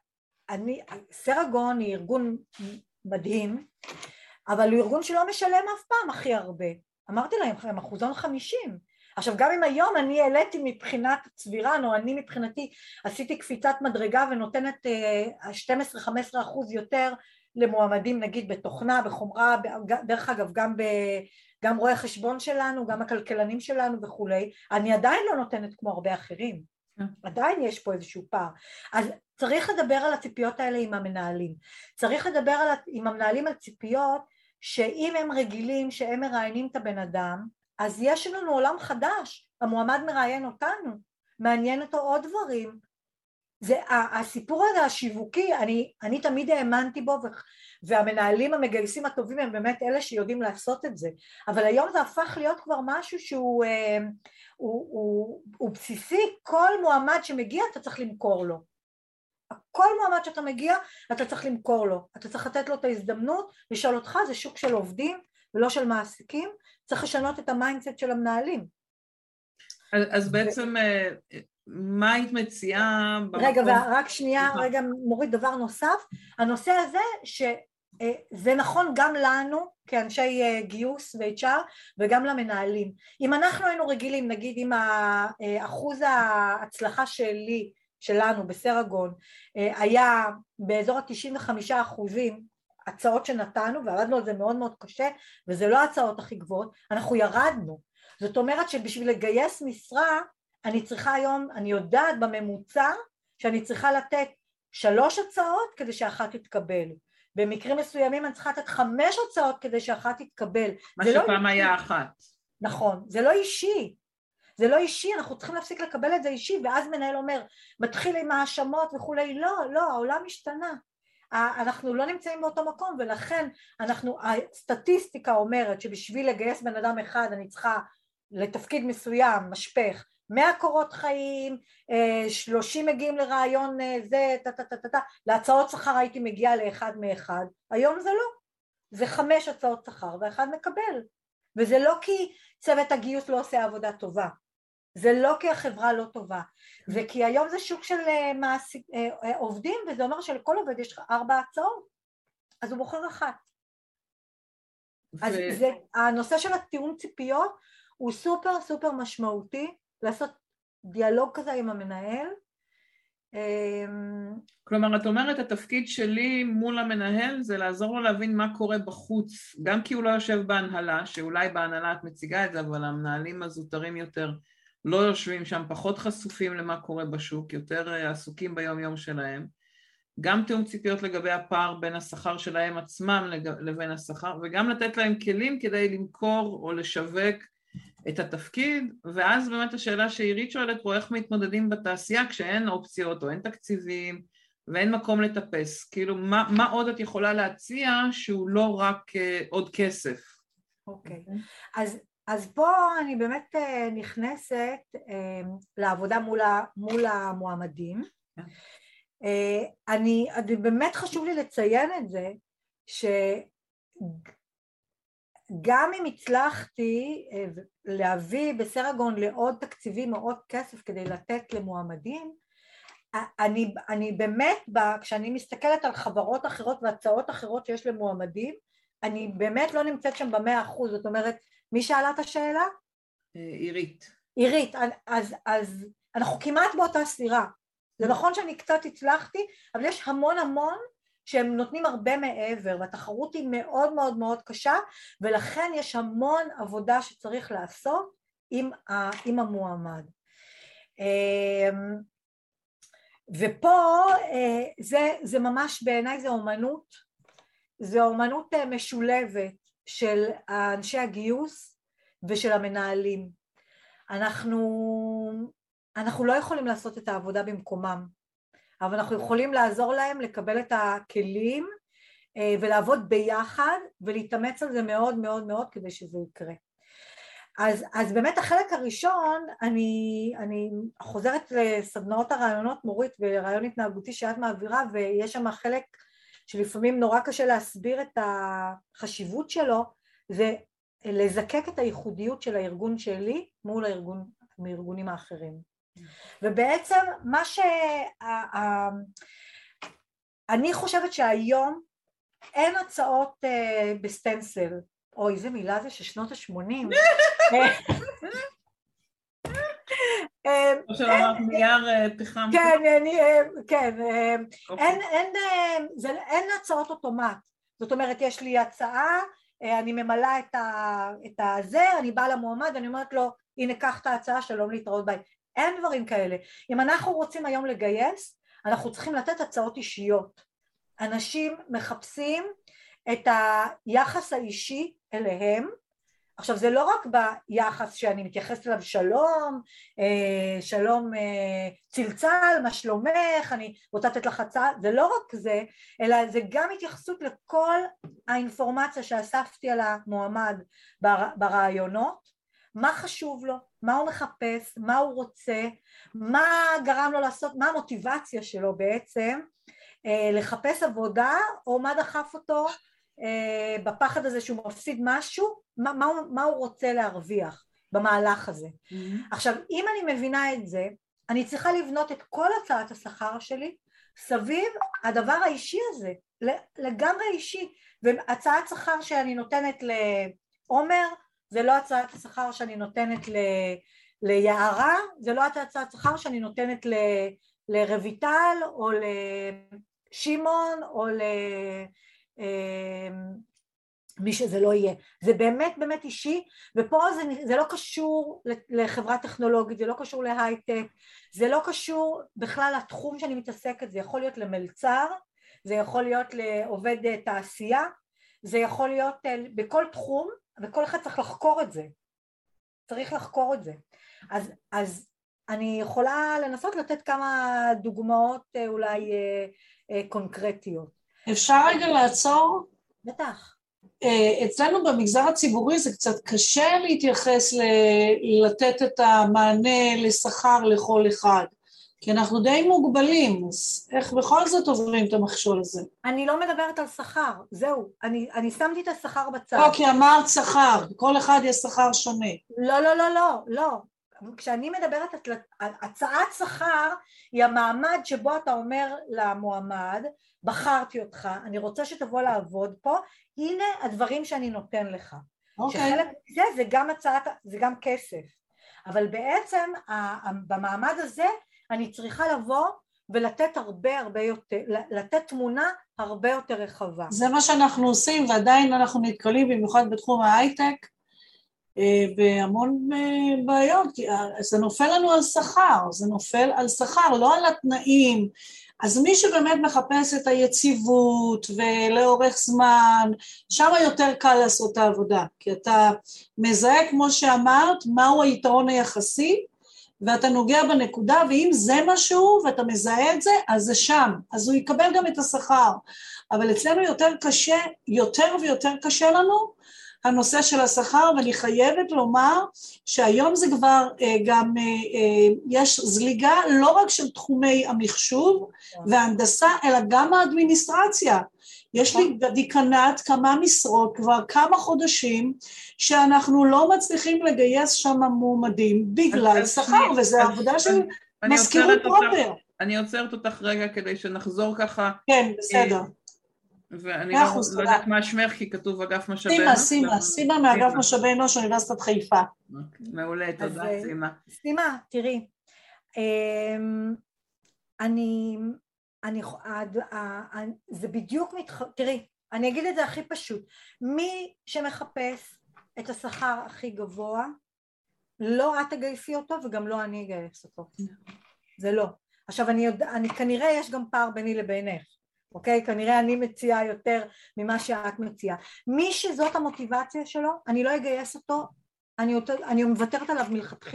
B: סרגון היא ארגון מדהים, אבל הוא ארגון שלא משלם אף פעם הכי הרבה. אמרתי להם, הם אחוזון 50. עכשיו, גם אם היום אני העליתי מבחינת צבירן, או אני מבחינתי עשיתי קפיצת מדרגה ונותנת 12-15% יותר למועמדים, נגיד בתוכנה, בחומרה, דרך אגב, גם רואי החשבון שלנו, גם הכלכלנים שלנו וכולי, אני עדיין לא נותנת כמו הרבה אחרים. עדיין יש פה איזשהו פער. אז צריך לדבר על הציפיות האלה עם המנהלים. צריך לדבר עם המנהלים על ציפיות שאם הם רגילים שהם מראיינים את הבן אדם, אז יש לנו עולם חדש, המועמד מראיין אותנו, מעניין אותו עוד דברים. זה, הסיפור הזה השיווקי, אני תמיד האמנתי בו, והמנהלים המגייסים הטובים הם באמת אלה שיודעים לעשות את זה, אבל היום זה הפך להיות כבר משהו שהוא הוא בסיסי, כל מועמד שמגיע אתה צריך למכור לו. כל מועמד שאתה מגיע אתה צריך למכור לו, אתה צריך לתת לו את ההזדמנות, לשאול אותך, זה שוק של עובדים ולא של מעסיקים, צריך לשנות את המיינדסט של המנהלים.
A: אז בעצם מה היית מציעה במקום?
B: רגע, רק שנייה, רגע מוריד דבר נוסף, הנושא הזה שזה נכון גם לנו כאנשי גיוס ו-HR וגם למנהלים. אם אנחנו היינו רגילים, נגיד אם אחוז ההצלחה שלנו בסרגון היה באזור ה-95%, הצעות שנתנו, ועבדנו על זה מאוד מאוד קשה, וזה לא הצעות הכי גבוהות, אנחנו ירדנו. זאת אומרת שבשביל לגייס משרה, אני צריכה היום, אני יודעת בממוצע, שאני צריכה לתת 3 הצעות כדי שאחת תתקבל. במקרים מסוימים אני צריכה לתת 5 הצעות כדי שאחת תתקבל.
A: מה שפעם היה 1.
B: נכון, זה לא אישי. זה לא אישי, אנחנו צריכים להפסיק לקבל את זה אישי, ואז מנהל אומר, מתחיל עם האשמות וכולי, לא, העולם השתנה. אנחנו לא נמצאים באותו מקום, ולכן הסטטיסטיקה אומרת שבשביל לגייס בן אדם אחד אני צריכה לתפקיד מסוים, משפך, 100 קורות חיים, 30 מגיעים לרעיון זה, להצעות שכר הייתי מגיעה לאחד מאחד, היום זה לא, זה 5 הצעות שכר ואחד מקבל, וזה לא כי צוות הגיוס לא עושה עבודה טובה, זה לא כי החברה לא טובה, זה כי היום זה שוק של עובדים, וזה אומר שלכל עובד יש 4 הצעות, אז הוא בוחר אחת. אז הנושא של התיאום ציפיות הוא סופר סופר משמעותי, לעשות דיאלוג כזה עם המנהל.
A: כלומר, את אומרת, התפקיד שלי מול המנהל זה לעזור לו להבין מה קורה בחוץ, גם כי הוא לא יושב בהנהלה, שאולי בהנהלה את מציגה את זה, אבל המנהלים הזוטרים יותר לא יושבים שם, פחות חשופים למה קורה בשוק, יותר עסוקים ביום יום שלהם, גם תיאום ציפיות לגבי הפער בין השכר שלהם עצמם לבין השכר, וגם לתת להם כלים כדי למכור או לשווק את התפקיד, ואז באמת השאלה שעירית שואלת פה, איך מתמודדים בתעשייה כשאין אופציות או אין תקציבים ואין מקום לטפס, כאילו מה עוד את יכולה להציע שהוא לא רק עוד כסף?
B: אוקיי, אז פה אני באמת נכנסת לעבודה מול המועמדים. אני באמת חשוב לי לציין את זה, שגם אם הצלחתי להביא בסרגון לעוד תקציבים או עוד כסף כדי לתת למועמדים, אני באמת, כשאני מסתכלת על חברות אחרות והצעות אחרות שיש למועמדים, אני באמת לא נמצאת שם ב100%, זאת אומרת, מי שאלה את השאלה?
A: עירית.
B: עירית, אז אנחנו כמעט באותה ספירה. זה נכון שאני קצת הצלחתי, אבל יש המון שהם נותנים הרבה מעבר, והתחרות היא מאוד מאוד מאוד קשה, ולכן יש המון עבודה שצריך לעשות עם המועמד. ופה זה ממש בעיניי זה אומנות, זה אומנות משולבת של אנשי הגיוס ושל המנהלים. אנחנו לא יכולים לעשות את העבודה במקומם, אבל אנחנו יכולים לעזור להם לקבל את הכלים ולעבוד ביחד ולהתאמץ על זה מאוד מאוד מאוד כדי שזה יקרה. אז באמת החלק הראשון, אני חוזרת לסדנאות הרעיונות מורית ורעיון התנהגותי שאת מעבירה, ויש שם חלק שלפעמים נורא קשה להסביר את החשיבות שלו, זה לזקק את הייחודיות של הארגון שלי מול הארגונים האחרים. ובעצם מה אני חושבת שהיום אין הצעות בסטנסל, אוי, איזה מילה זה ששנות ה-80.
A: או שלא אמרת נייר פחם.
B: כן, אין הצעות אוטומט. זאת אומרת, יש לי הצעה, אני ממלאה את הזה, אני באה למועמד, אני אומרת לו, הנה, קח את ההצעה, שלום להתראות ביי. אין דברים כאלה. אם אנחנו רוצים היום לגייס, אנחנו צריכים לתת הצעות אישיות. אנשים מחפשים את היחס האישי אליהם. עכשיו, זה לא רק ביחס שאני מתייחסת אליו שלום צלצל, מה שלומך, אני רוצה לתת לך הצעה, זה לא רק זה, אלא זה גם התייחסות לכל האינפורמציה שאספתי על המועמד ברעיונות, מה חשוב לו, מה הוא מחפש, מה הוא רוצה, מה גרם לו לעשות, מה המוטיבציה שלו בעצם, לחפש עבודה, או מה דחף אותו בפחד הזה שהוא מפסיד משהו, מה הוא רוצה להרוויח במהלך הזה. עכשיו, אם אני מבינה את זה, אני צריכה לבנות את כל הצעת השכר שלי סביב הדבר האישי הזה, לגמרי אישי, והצעת שכר שאני נותנת לעומר, זה לא הצעת השכר שאני נותנת ליערה, זה לא הצעת שכר שאני נותנת לרויטל או לשימון או מי שזה לא יהיה. זה באמת באמת אישי, ופה זה לא קשור לחברה טכנולוגית, זה לא קשור להייטק, זה לא קשור בכלל לתחום שאני מתעסקת, זה יכול להיות למלצר, זה יכול להיות לעובד תעשייה, זה יכול להיות בכל תחום, וכל אחד צריך לחקור את זה. צריך לחקור את זה. אז אני יכולה לנסות לתת כמה דוגמאות אולי קונקרטיות.
D: אפשר רגע לעצור?
B: בטח.
D: אצלנו במגזר הציבורי זה קצת קשה להתייחס לתת את המענה לשכר לכל אחד, כי אנחנו די מוגבלים, אז איך בכל זאת עוברים את המכשול הזה?
B: אני לא מדברת על שכר, זהו, אני שמתי את השכר בצד.
D: כי אמרת שכר, כל אחד יש שכר שונה.
B: לא. כשאני מדברת על הצעת שכר, היא המעמד שבו אתה אומר למועמד, בחרתי אותך, אני רוצה שתבוא לעבוד פה, הנה הדברים שאני נותן לך. שחלק מזה זה גם כסף. אבל בעצם במעמד הזה אני צריכה לבוא ולתת הרבה יותר, לתת תמונה הרבה יותר רחבה.
D: זה מה שאנחנו עושים, ועדיין אנחנו נתקלים במיוחד בתחום ההייטק, בהמון בעיות, כי זה נופל לנו על שכר, זה נופל על שכר, לא על התנאים, אז מי שבאמת מחפש את היציבות ולאורך זמן, שם יותר קל לעשות את העבודה, כי אתה מזהה, כמו שאמרת, מהו היתרון היחסי, ואתה נוגע בנקודה, ואם זה משהו ואתה מזהה את זה, אז זה שם, אז הוא יקבל גם את השכר. אבל אצלנו יותר קשה, יותר ויותר קשה לנו, הנושא של השכר, ואני חייבת לומר שהיום זה כבר גם, יש זליגה לא רק של תחומי המחשוב וההנדסה, אלא גם האדמיניסטרציה. יש לי בדיקנט כמה משרות, כבר כמה חודשים, שאנחנו לא מצליחים לגייס שם מועמדים, בגלל שכר, וזו עבודה של מזכירות פרופר.
A: אני עוצרת אותך רגע כדי שנחזור ככה.
D: כן, בסדר.
A: ואני גם לא יודעת מה שמך, כי כתוב אגף משאבי אנוש.
D: סימה מאגף משאבי אנוש, אוניברסיטת חיפה.
A: מעולה, תודה סימה.
B: סימה, תראי, זה בדיוק, תראי, אני אגיד את זה הכי פשוט, מי שמחפש את השכר הכי גבוה, לא את תגייסי אותו וגם לא אני אגייס אותו, זה לא. עכשיו אני כנראה יש גם פער ביני לבינך, אוקיי? כנראה אני מציעה יותר ממה שאת מציעה. מי שזאת המוטיבציה שלו, אני לא אגייס אותו, אני מוותרת עליו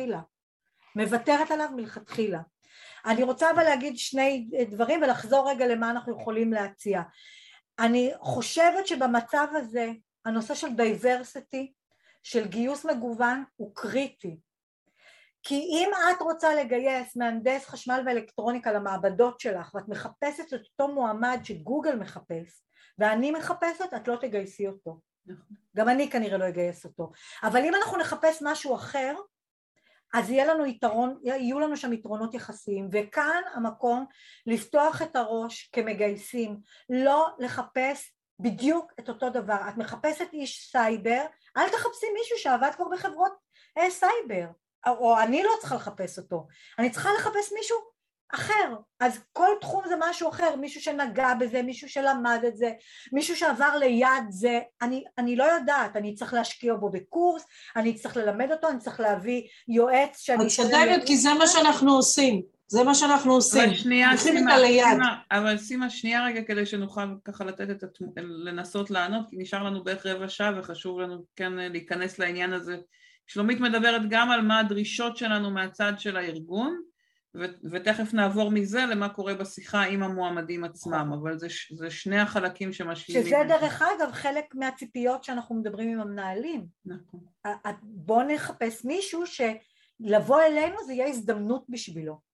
B: מלכתחילה. אני רוצה אבל להגיד שני דברים ולחזור רגע למה אנחנו יכולים להציע. אני חושבת שבמצב הזה, הנושא של דייברסיטי, של גיוס מגוון, הוא קריטי. כי אם את רוצה לגייס מהנדס חשמל ואלקטרוניקה למעבדות שלך, ואת מחפשת את אותו מועמד שגוגל מחפש, ואני מחפשת, את לא תגייסי אותו. גם אני כנראה לא אגייס אותו. אבל אם אנחנו נחפש משהו אחר, אז יהיו לנו שם יתרונות יחסיים, וכאן המקום לפתוח את הראש כמגייסים, לא לחפש בדיוק את אותו דבר. את מחפשת איש סייבר, אל תחפשי מישהו שעבד כבר בחברות סייבר, או אני לא צריכה לחפש אותו, אני צריכה לחפש מישהו אחר. אז כל תחום זה משהו אחר, מישהו שנגע בזה, מישהו שלמד את זה, מישהו שעבר ליד זה, אני לא יודעת, אני צריך להשקיע בו בקורס, אני צריך ללמד אותו, אני צריך להביא יועץ שאני...
D: את צודקת, כי זה מה שאנחנו עושים, זה מה שאנחנו עושים.
A: אבל סימה, שנייה רגע כדי שנוכל ככה לנסות לענות, כי נשאר לנו בערך רבע שעה וחשוב לנו כן להיכנס לעניין הזה. שלומית מדברת גם על מה הדרישות שלנו מהצד של הארגון, ותכף נעבור מזה למה קורה בשיחה עם המועמדים עצמם, אבל זה שני החלקים שמשלימים.
B: שזה דרך אגב חלק מהציפיות שאנחנו מדברים עם המנהלים.
A: נכון.
B: בוא נחפש מישהו שלבוא אלינו זה יהיה הזדמנות בשבילו.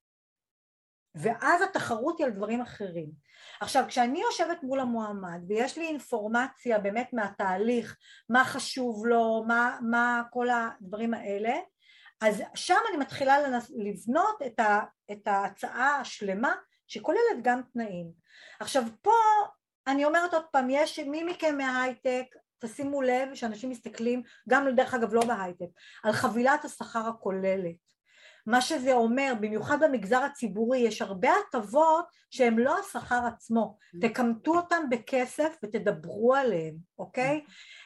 B: ואז התחרות היא על דברים אחרים. עכשיו, כשאני יושבת מול המועמד ויש לי אינפורמציה באמת מהתהליך, מה חשוב לו, מה כל הדברים האלה, אז שם אני מתחילה לבנות את ההצעה השלמה שכוללת גם תנאים. עכשיו פה אני אומרת עוד פעם, יש מי מכם מההייטק, תשימו לב שאנשים מסתכלים, גם דרך אגב לא בהייטק, על חבילת השכר הכוללת. מה שזה אומר, במיוחד במגזר הציבורי, יש הרבה הטבות שהן לא השכר עצמו, תקמתו אותם בכסף ותדברו עליהם, אוקיי?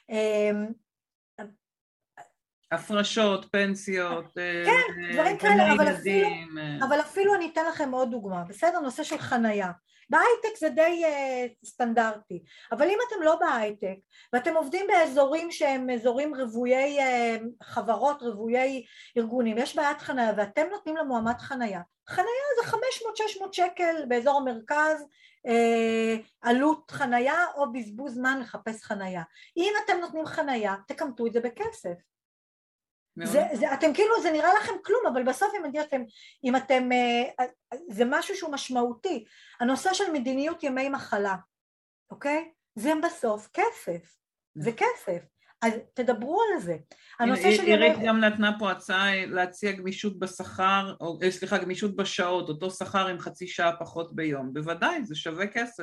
A: הפרשות, פנסיות,
B: כן, דברים כאלה, אבל אפילו אני אתן לכם עוד דוגמה, בסדר? נושא של חנייה. בהייטק זה די סטנדרטי, אבל אם אתם לא בהייטק ואתם עובדים באזורים שהם אזורים רבויי חברות, רבויי ארגונים, יש בעיית חנייה ואתם נותנים למועמד חנייה, חנייה זה 500-600 שקל באזור המרכז, עלות חנייה או בזבוז זמן לחפש חנייה. אם אתם נותנים חנייה, תקמתו את זה בכסף. אתם כאילו, זה נראה לכם כלום, אבל בסוף אם אתם, זה משהו שהוא משמעותי. הנושא של מדיניות ימי מחלה, אוקיי? זה בסוף כסף, זה כסף. אז תדברו על זה.
A: עירית גם נתנה פה הצעה להציע גמישות בשכר, סליחה, גמישות בשעות, אותו שכר עם חצי שעה פחות ביום. בוודאי, זה שווה כסף.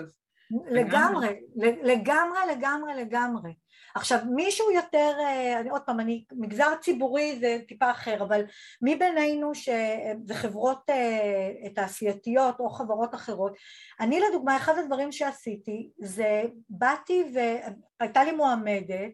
B: לגמרי. עכשיו מישהו יותר, עוד פעם, מגזר ציבורי זה טיפה אחר, אבל מי בינינו שזה חברות תעשייתיות או חברות אחרות, אני לדוגמה אחד הדברים שעשיתי זה באתי והייתה לי מועמדת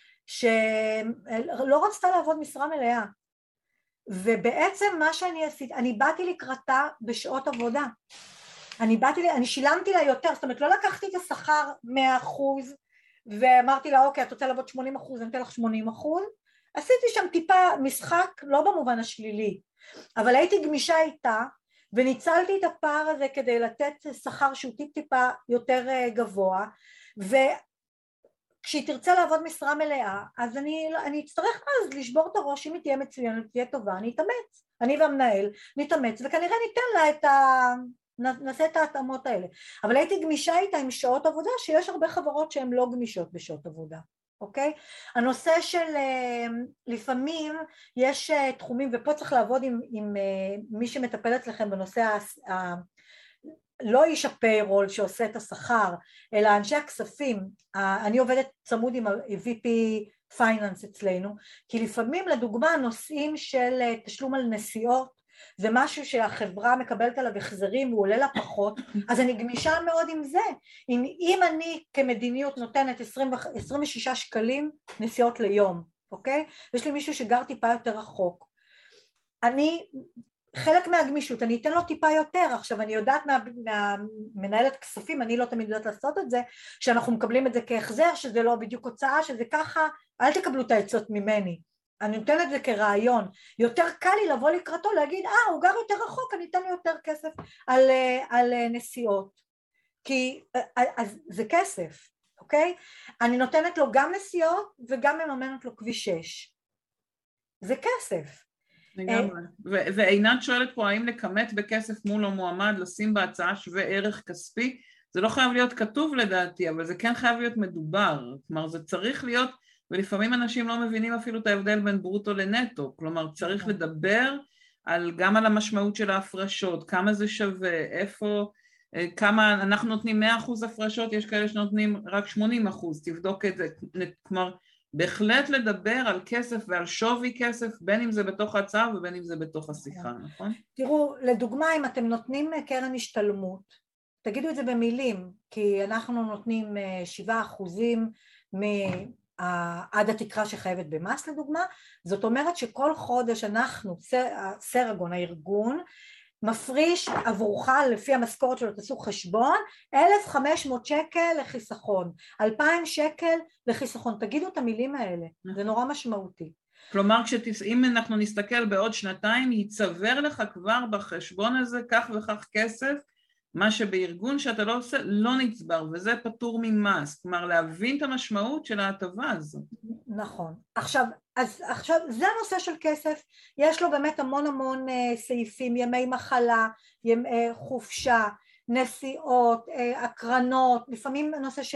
B: שלא רצתה לעבוד משרה מלאה, ובעצם מה שאני עשיתי, אני באתי לקראתה בשעות עבודה, אני שילמתי לה יותר, זאת אומרת לא לקחתי את השכר 100% ואמרתי לה אוקיי את רוצה לעבוד 80%, אני אתן לך 80%, עשיתי שם טיפה משחק לא במובן השלילי, אבל הייתי גמישה איתה וניצלתי את הפער הזה כדי לתת שכר שהוא טיפה יותר גבוה, וכשהיא תרצה לעבוד משרה מלאה אז אני אצטרך אז לשבור את הראש, אם היא תהיה מצוינת תהיה טובה, אני אתאמץ, אני והמנהל נתאמץ וכנראה ניתן לה נעשה את ההתאמות האלה, אבל הייתי גמישה איתה עם שעות עבודה, שיש הרבה חברות שהן לא גמישות בשעות עבודה, אוקיי? הנושא של לפעמים יש תחומים, ופה צריך לעבוד עם מי שמטפל אצלכם בנושא לא איש הפיירול שעושה את השכר, אלא אנשי הכספים. אני עובדת צמוד עם ה-VP פייננס אצלנו, כי לפעמים לדוגמה נושאים של תשלום על נסיעות, זה משהו שהחברה מקבלת עליו החזרים והוא עולה לה פחות, אז אני גמישה מאוד עם זה. אם אני כמדיניות נותנת 26 שקלים נסיעות ליום, אוקיי? יש לי מישהו שגר טיפה יותר רחוק, חלק מהגמישות, אני אתן לו טיפה יותר. עכשיו אני יודעת מהמנהלת כספים, אני לא תמיד יודעת לעשות את זה, שאנחנו מקבלים את זה כהחזר, שזה לא בדיוק הוצאה, שזה ככה, אל תקבלו את העצות ממני, אני נותנת את זה כרעיון, יותר קל לי לבוא לקראתו, להגיד, הוא גר יותר רחוק, אני אתן לי יותר כסף על נסיעות, כי אז זה כסף, אוקיי? אני נותנת לו גם נסיעות, וגם מממנת לו כביש 6, זה כסף.
A: לגמרי. ועינת שואלת פה, האם לכמת בכסף מול המועמד, לשים בהצעה שווה ערך כספי, זה לא חייב להיות כתוב לדעתי, אבל זה כן חייב להיות מדובר, כלומר זה צריך להיות, ולפעמים אנשים לא מבינים אפילו את ההבדל בין ברוטו לנטו, כלומר צריך לדבר גם על המשמעות של ההפרשות, כמה זה שווה, איפה, כמה, אנחנו נותנים 100% הפרשות, יש כאלה שנותנים רק 80%, תבדוק את זה, כלומר בהחלט לדבר על כסף ועל שווי כסף, בין אם זה בתוך ההצעה ובין אם זה בתוך השיחה, נכון?
B: תראו, לדוגמה אם אתם נותנים קרן השתלמות, תגידו את זה במילים, כי אנחנו נותנים 7% עד התקרה שחייבת במס לדוגמה, זאת אומרת שכל חודש אנחנו, סרגון הארגון, מפריש עבורך לפי המשכורת שלו, תעשו חשבון, 1,500 שקל לחיסכון, 2,000 שקל לחיסכון, תגידו את המילים האלה, זה נורא משמעותי.
A: כלומר, אם אנחנו נסתכל בעוד שנתיים, ייצבר לך כבר בחשבון הזה כך וכך כסף, מה שבארגון שאתה לא עושה לא נצבר, וזה פטור ממס, כלומר להבין את המשמעות של ההטבה הזו.
B: נכון. עכשיו זה הנושא של כסף, יש לו באמת המון סעיפים, ימי מחלה, חופשה, נסיעות, הקרנות, לפעמים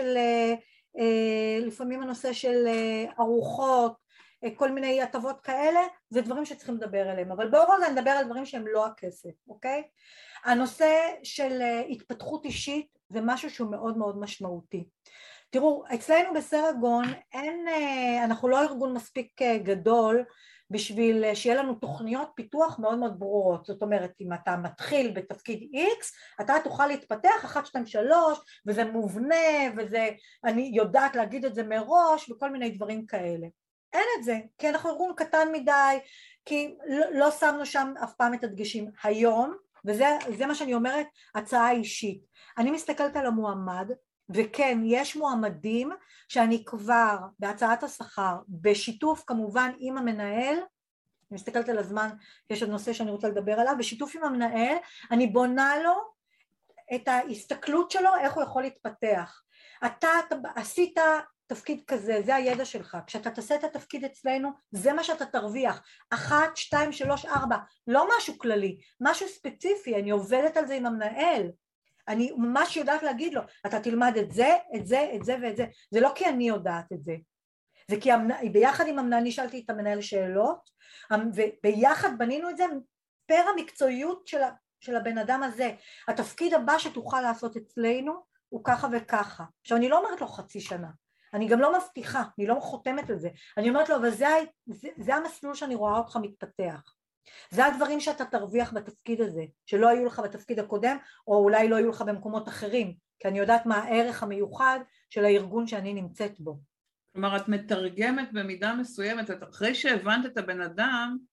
B: הנושא של ארוחות, כל מיני הטבות כאלה, זה דברים שצריכים לדבר עליהם, אבל בואו רגע נדבר על דברים שהם לא הכסף, אוקיי? הנושא של התפתחות אישית זה משהו שהוא מאוד מאוד משמעותי. תראו, אצלנו בסרגון אנחנו לא ארגון מספיק גדול בשביל שיהיה לנו תוכניות פיתוח מאוד מאוד ברורות, זאת אומרת אם אתה מתחיל בתפקיד X, אתה תוכל להתפתח 1, 2, 3 וזה מובנה וזה, אני יודעת להגיד את זה מראש וכל מיני דברים כאלה. אין את זה, כי אנחנו ארגון קטן מדי, כי לא שמנו שם אף פעם את הדגשים. היום, וזה מה שאני אומרת, הצעה אישית. אני מסתכלת על המועמד, וכן, יש מועמדים שאני כבר בהצעת השכר, בשיתוף כמובן עם המנהל, אני מסתכלת על הזמן, יש עוד נושא שאני רוצה לדבר עליו, בשיתוף עם המנהל, אני בונה לו את ההסתכלות שלו, איך הוא יכול להתפתח. אתה עשית תפקיד כזה, זה הידע שלך, כשאתה תעשה את התפקיד אצלנו, זה מה שאתה תרוויח, 1, 2, 3, 4, לא משהו כללי, משהו ספציפי, אני עובדת על זה עם המנהל, אני ממש יודעת להגיד לו, אתה תלמד את זה, את זה, את זה ואת זה, זה לא כי אני יודעת את זה, זה כי ביחד עם המנהל, אני שאלתי את המנהל שאלות, וביחד בנינו את זה פר המקצועיות של הבן אדם הזה, התפקיד הבא שתוכל לעשות אצלנו, הוא ככה וככה, עכשיו אני לא אומרת לו חצי שנה, אני גם לא מבטיחה, אני לא חותמת על זה, אני אומרת לו, אבל זה המסלול שאני רואה אותך מתפתח, זה הדברים שאתה תרוויח בתפקיד הזה, שלא היו לך בתפקיד הקודם, או אולי לא היו לך במקומות אחרים, כי אני יודעת מה הערך המיוחד של הארגון שאני נמצאת בו.
A: כלומר, את מתרגמת במידה מסוימת, אחרי שהבנת את הבן אדם,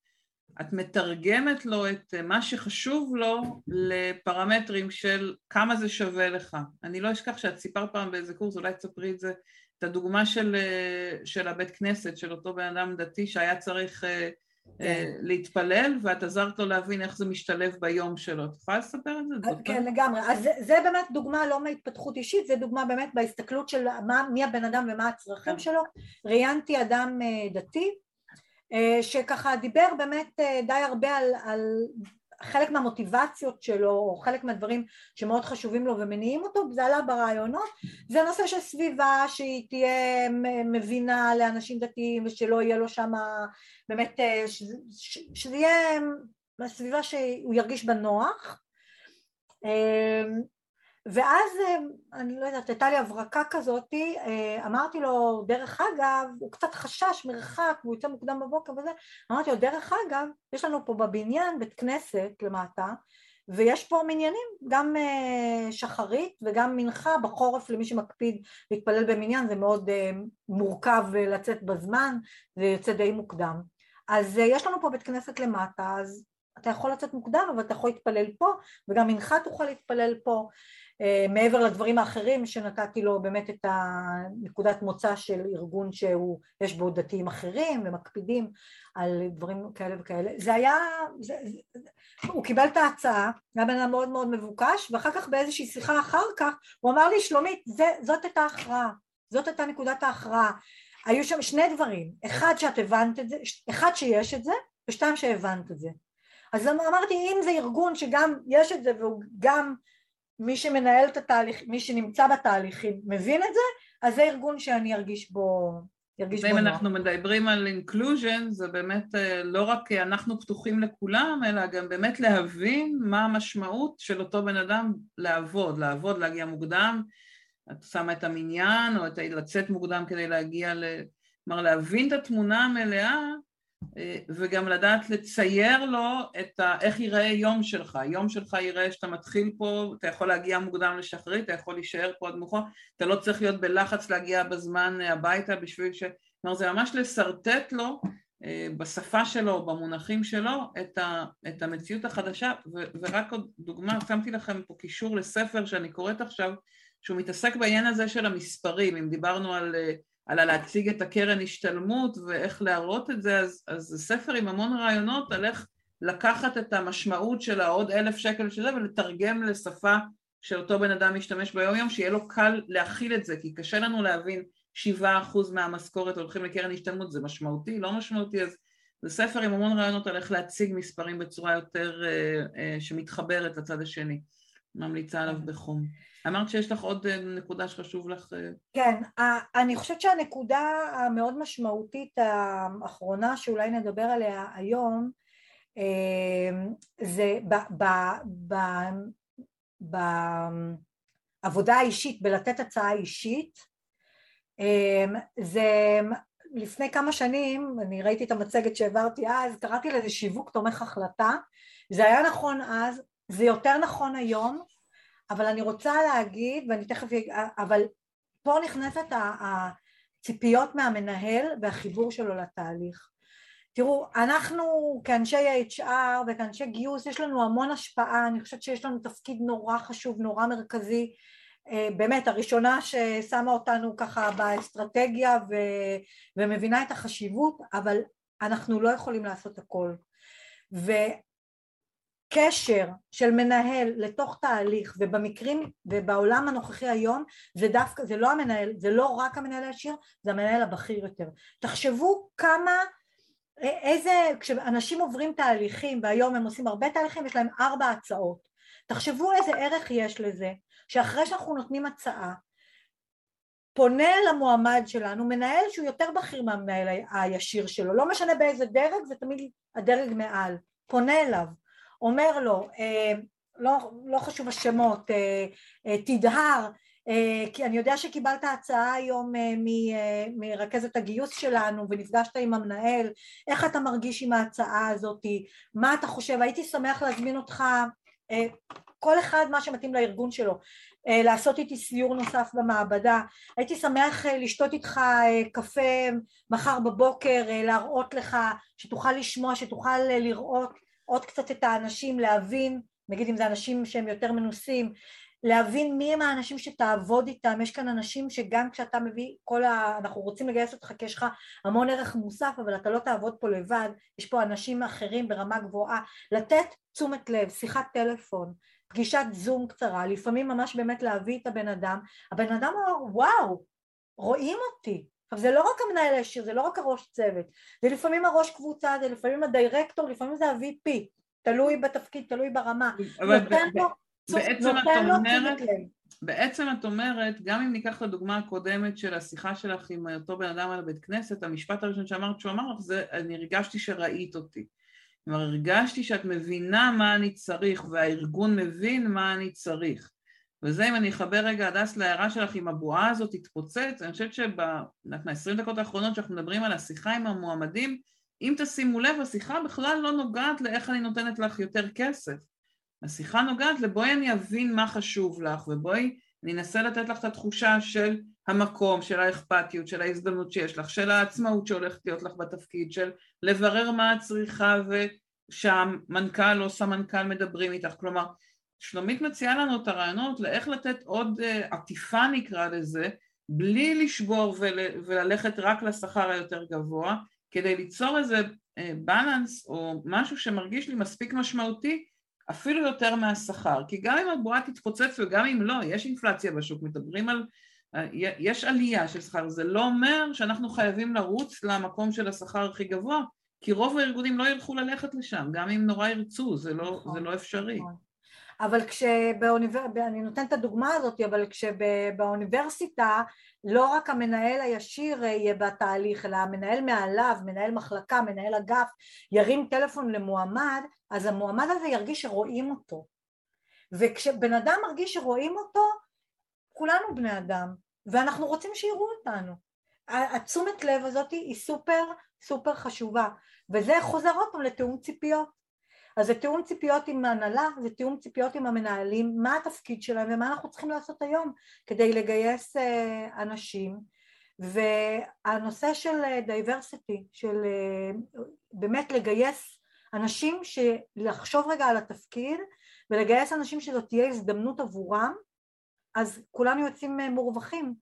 A: את מתרגמת לו את מה שחשוב לו לפרמטרים של כמה זה שווה לך. אני לא אשכח שאת סיפרת פעם באיזה קורס, אולי תספרי את זה, את הדוגמה של הבית כנסת, של אותו בן אדם דתי שהיה צריך להתפלל, ואת עזרת לו להבין איך זה משתלב ביום שלו. את יכולה לספר את זה?
B: כן, לגמרי. אז זה באמת דוגמה לא מהתפתחות אישית, זה דוגמה באמת בהסתכלות של מי הבן אדם ומה הצרכים שלו. ראיינתי אדם דתי, שככה דיבר באמת די הרבה על חלק מהמוטיבציות שלו, או חלק מהדברים שמאוד חשובים לו ומניעים אותו, זה עלה ברעיונות, זה נושא של סביבה שהיא תהיה מבינה לאנשים דתיים, ושלא יהיה לו שם באמת, שזה יהיה סביבה שהוא ירגיש בנוח, ואז אני לא יודעת, הייתה לי הברקה כזאת, אמרתי לו דרך אגב, הוא קצת חשש מרחק, הוא יוצא מוקדם בבוקר וזה, אמרתי לו דרך אגב, יש לנו פה בבניין בית כנסת למטה, ויש פה מניינים, גם שחרית וגם מנחה בחורף למי שמקפיד להתפלל במניין, זה מאוד מורכב לצאת בזמן, זה יוצא די מוקדם, אז יש לנו פה בית כנסת למטה, אז אתה יכול לצאת מוקדם, אבל אתה יכול להתפלל פה, וגם מנחה תוכל להתפלל פה, מעבר לדברים האחרים שנתתי לו באמת את הנקודת מוצא של ארגון שיש בו דתיים אחרים ומקפידים על דברים כאלה וכאלה. זה היה, הוא קיבל את ההצעה, היה בן אדם מאוד מאוד מבוקש, ואחר כך באיזושהי שיחה אחר כך, הוא אמר לי שלומית, זאת הייתה ההכרעה, זאת הייתה נקודת ההכרעה. היו שם שני דברים, אחד שאת הבנת את זה, אחד שיש את זה, ושתיים שהבנת את זה. אז אמרתי, אם זה ארגון שגם יש את זה, והוא גם מי שמנהל את התהליך, מי שנמצא בתהליכים מבין את זה, אז זה ארגון שאני ארגיש בו נוח.
A: אם אנחנו מדברים על inclusion, זה באמת לא רק אנחנו פתוחים לכולם, אלא גם באמת להבין מה המשמעות של אותו בן אדם לעבוד, להגיע מוקדם, את שמה את המניין, או לצאת מוקדם כדי להגיע, כלומר להבין את התמונה המלאה, וגם לדעת לצייר לו איך ייראה יום שלך. יום שלך ייראה שאתה מתחיל פה, אתה יכול להגיע מוקדם לשחרית, אתה יכול להישאר פה עד מאוחר, אתה לא צריך להיות בלחץ להגיע בזמן הביתה בשביל כלומר זה ממש לסרטט לו בשפה שלו, במונחים שלו, את המציאות החדשה. ורק עוד דוגמה, שמתי לכם פה קישור לספר שאני קוראת עכשיו, שהוא מתעסק בעניין הזה של המספרים. אם דיברנו על להציג את הקרן השתלמות ואיך להראות את זה, אז זה ספר עם המון רעיונות על איך לקחת את המשמעות של העוד 1,000 שקל של זה ולתרגם לשפה של אותו בן אדם משתמש ביום יום, שיהיה לו קל להכיל את זה, כי קשה לנו להבין 7% מהמשכורת הולכים לקרן השתלמות, זה משמעותי, לא משמעותי, אז זה ספר עם המון רעיונות על איך להציג מספרים בצורה יותר שמתחברת לצד השני, ממליצה עליו בחום. אמרת שיש לך עוד נקודה שחשוב לך.
B: כן, אני חושבת שהנקודה המאוד משמעותית האחרונה שאולי נדבר עליה היום, זה בעבודה האישית, בלתת הצעה אישית. זה לפני כמה שנים, אני ראיתי את המצגת שהעברתי אז, קראתי לזה שיווק תומך החלטה, זה היה נכון אז, זה יותר נכון היום, אבל אני רוצה להגיד, ואני תכף, אבל פה נכנסת הציפיות מהמנהל והחיבור שלו לתהליך. תראו, אנחנו כאנשי HR וכאנשי גיוס, יש לנו המון השפעה, אני חושבת שיש לנו תפקיד נורא חשוב, נורא מרכזי, באמת הראשונה ששמה אותנו ככה באסטרטגיה ומבינה את החשיבות, אבל אנחנו לא יכולים לעשות הכל. קשר של מנהל לתוך תהליך, ובמקרים ובעולם הנוכחי היום, זה דווקא, זה לא המנהל, זה לא רק המנהל הישיר, זה המנהל הבכיר יותר. תחשבו כמה, כשאנשים עוברים תהליכים, והיום הם עושים הרבה תהליכים, יש להם 4 הצעות. תחשבו איזה ערך יש לזה, שאחרי שאנחנו נותנים הצעה, פונה למועמד שלנו, מנהל שהוא יותר בכיר מהמנהל הישיר שלו, לא משנה באיזה דרג, זה תמיד הדרג מעל, פונה אליו, אומר לו, לא חשוב השמות, תדהר, כי אני יודע שקיבלת הצעה היום מרכזת הגיוס שלנו ונפגשת עם המנהל, איך אתה מרגיש עם ההצעה הזאת, מה אתה חושב, הייתי שמח להזמין אותך, כל אחד מה שמתאים לארגון שלו, לעשות איתי סיור נוסף במעבדה, הייתי שמח לשתות איתך קפה מחר בבוקר, להראות לך, שתוכל לשמוע, שתוכל לראות עוד קצת את האנשים, להבין, נגיד אם זה אנשים שהם יותר מנוסים, להבין מי הם האנשים שתעבוד איתם, יש כאן אנשים שגם כשאתה מביא אנחנו רוצים לגייס אותך כי יש לך המון ערך מוסף, אבל אתה לא תעבוד פה לבד, יש פה אנשים אחרים ברמה גבוהה, לתת תשומת לב, שיחת טלפון, פגישת זום קצרה, לפעמים ממש באמת להביא את הבן אדם אומר וואו, רואים אותי, אבל זה לא רק המנהל הישיר, זה לא רק הראש צוות, זה לפעמים הראש קבוצה, זה לפעמים הדירקטור, לפעמים זה ה-VP, תלוי בתפקיד, תלוי ברמה,
A: בעצם את אומרת, גם אם ניקח את הדוגמה הקודמת של השיחה שלך עם אותו בן אדם על הבית כנסת, המשפט הראשון שאמרת שהוא אמר לך זה, אני הרגשתי שראית אותי. כלומר, הרגשתי שאת מבינה מה אני צריך, והארגון מבין מה אני צריך. וזה אם אני אחבר רגע הדס להערה שלך, אם הבועה הזאת תתפוצץ, אני חושבת ב20 דקות האחרונות שאנחנו מדברים על השיחה עם המועמדים, אם תשימו לב, השיחה בכלל לא נוגעת לאיך אני נותנת לך יותר כסף. השיחה נוגעת לבואי אני אבין מה חשוב לך, ובואי אני אנסה לתת לך את התחושה של המקום, של האכפתיות, של ההזדמנות שיש לך, של העצמאות שהולכת להיות לך בתפקיד, של לברר מה את צריכה ושהמנכ"ל או סמנכ"ל מדברים איתך. כלומר, שלומית מציעה לנו את הרעיונות לאיך לתת עוד עטיפה נקרא לזה, בלי לשבור וללכת רק לשכר היותר גבוה, כדי ליצור איזה בלנס או משהו שמרגיש לי מספיק משמעותי, אפילו יותר מהשכר, כי גם אם הבועה תתפוצץ וגם אם לא, יש אינפלציה בשוק, מדברים על, יש עלייה של שכר, זה לא אומר שאנחנו חייבים לרוץ למקום של השכר הכי גבוה, כי רוב הארגונים לא ילכו ללכת לשם, גם אם נורא ירצו, זה לא אפשרי.
B: אבל אני נותנת את הדוגמה הזאת, אבל כשבאוניברסיטה לא רק המנהל הישיר יהיה בתהליך, אלא המנהל מעליו, מנהל מחלקה, מנהל אגף, ירים טלפון למועמד, אז המועמד הזה ירגיש שרואים אותו. וכשבן אדם מרגיש שרואים אותו, כולנו בני אדם, ואנחנו רוצים שיראו אותנו. התשומת לב הזאת היא סופר סופר חשובה, וזה חוזר עוד פעם לתיאום ציפיות. אז זה תיאום ציפיות עם ההנהלה, זה תיאום ציפיות עם המנהלים, מה התפקיד שלהם ומה אנחנו צריכים לעשות היום כדי לגייס אנשים, והנושא של דייברסיטי, של באמת לגייס אנשים שלחשוב רגע על התפקיד, ולגייס אנשים שזאת תהיה הזדמנות עבורם, אז כולנו יוצאים מורווחים,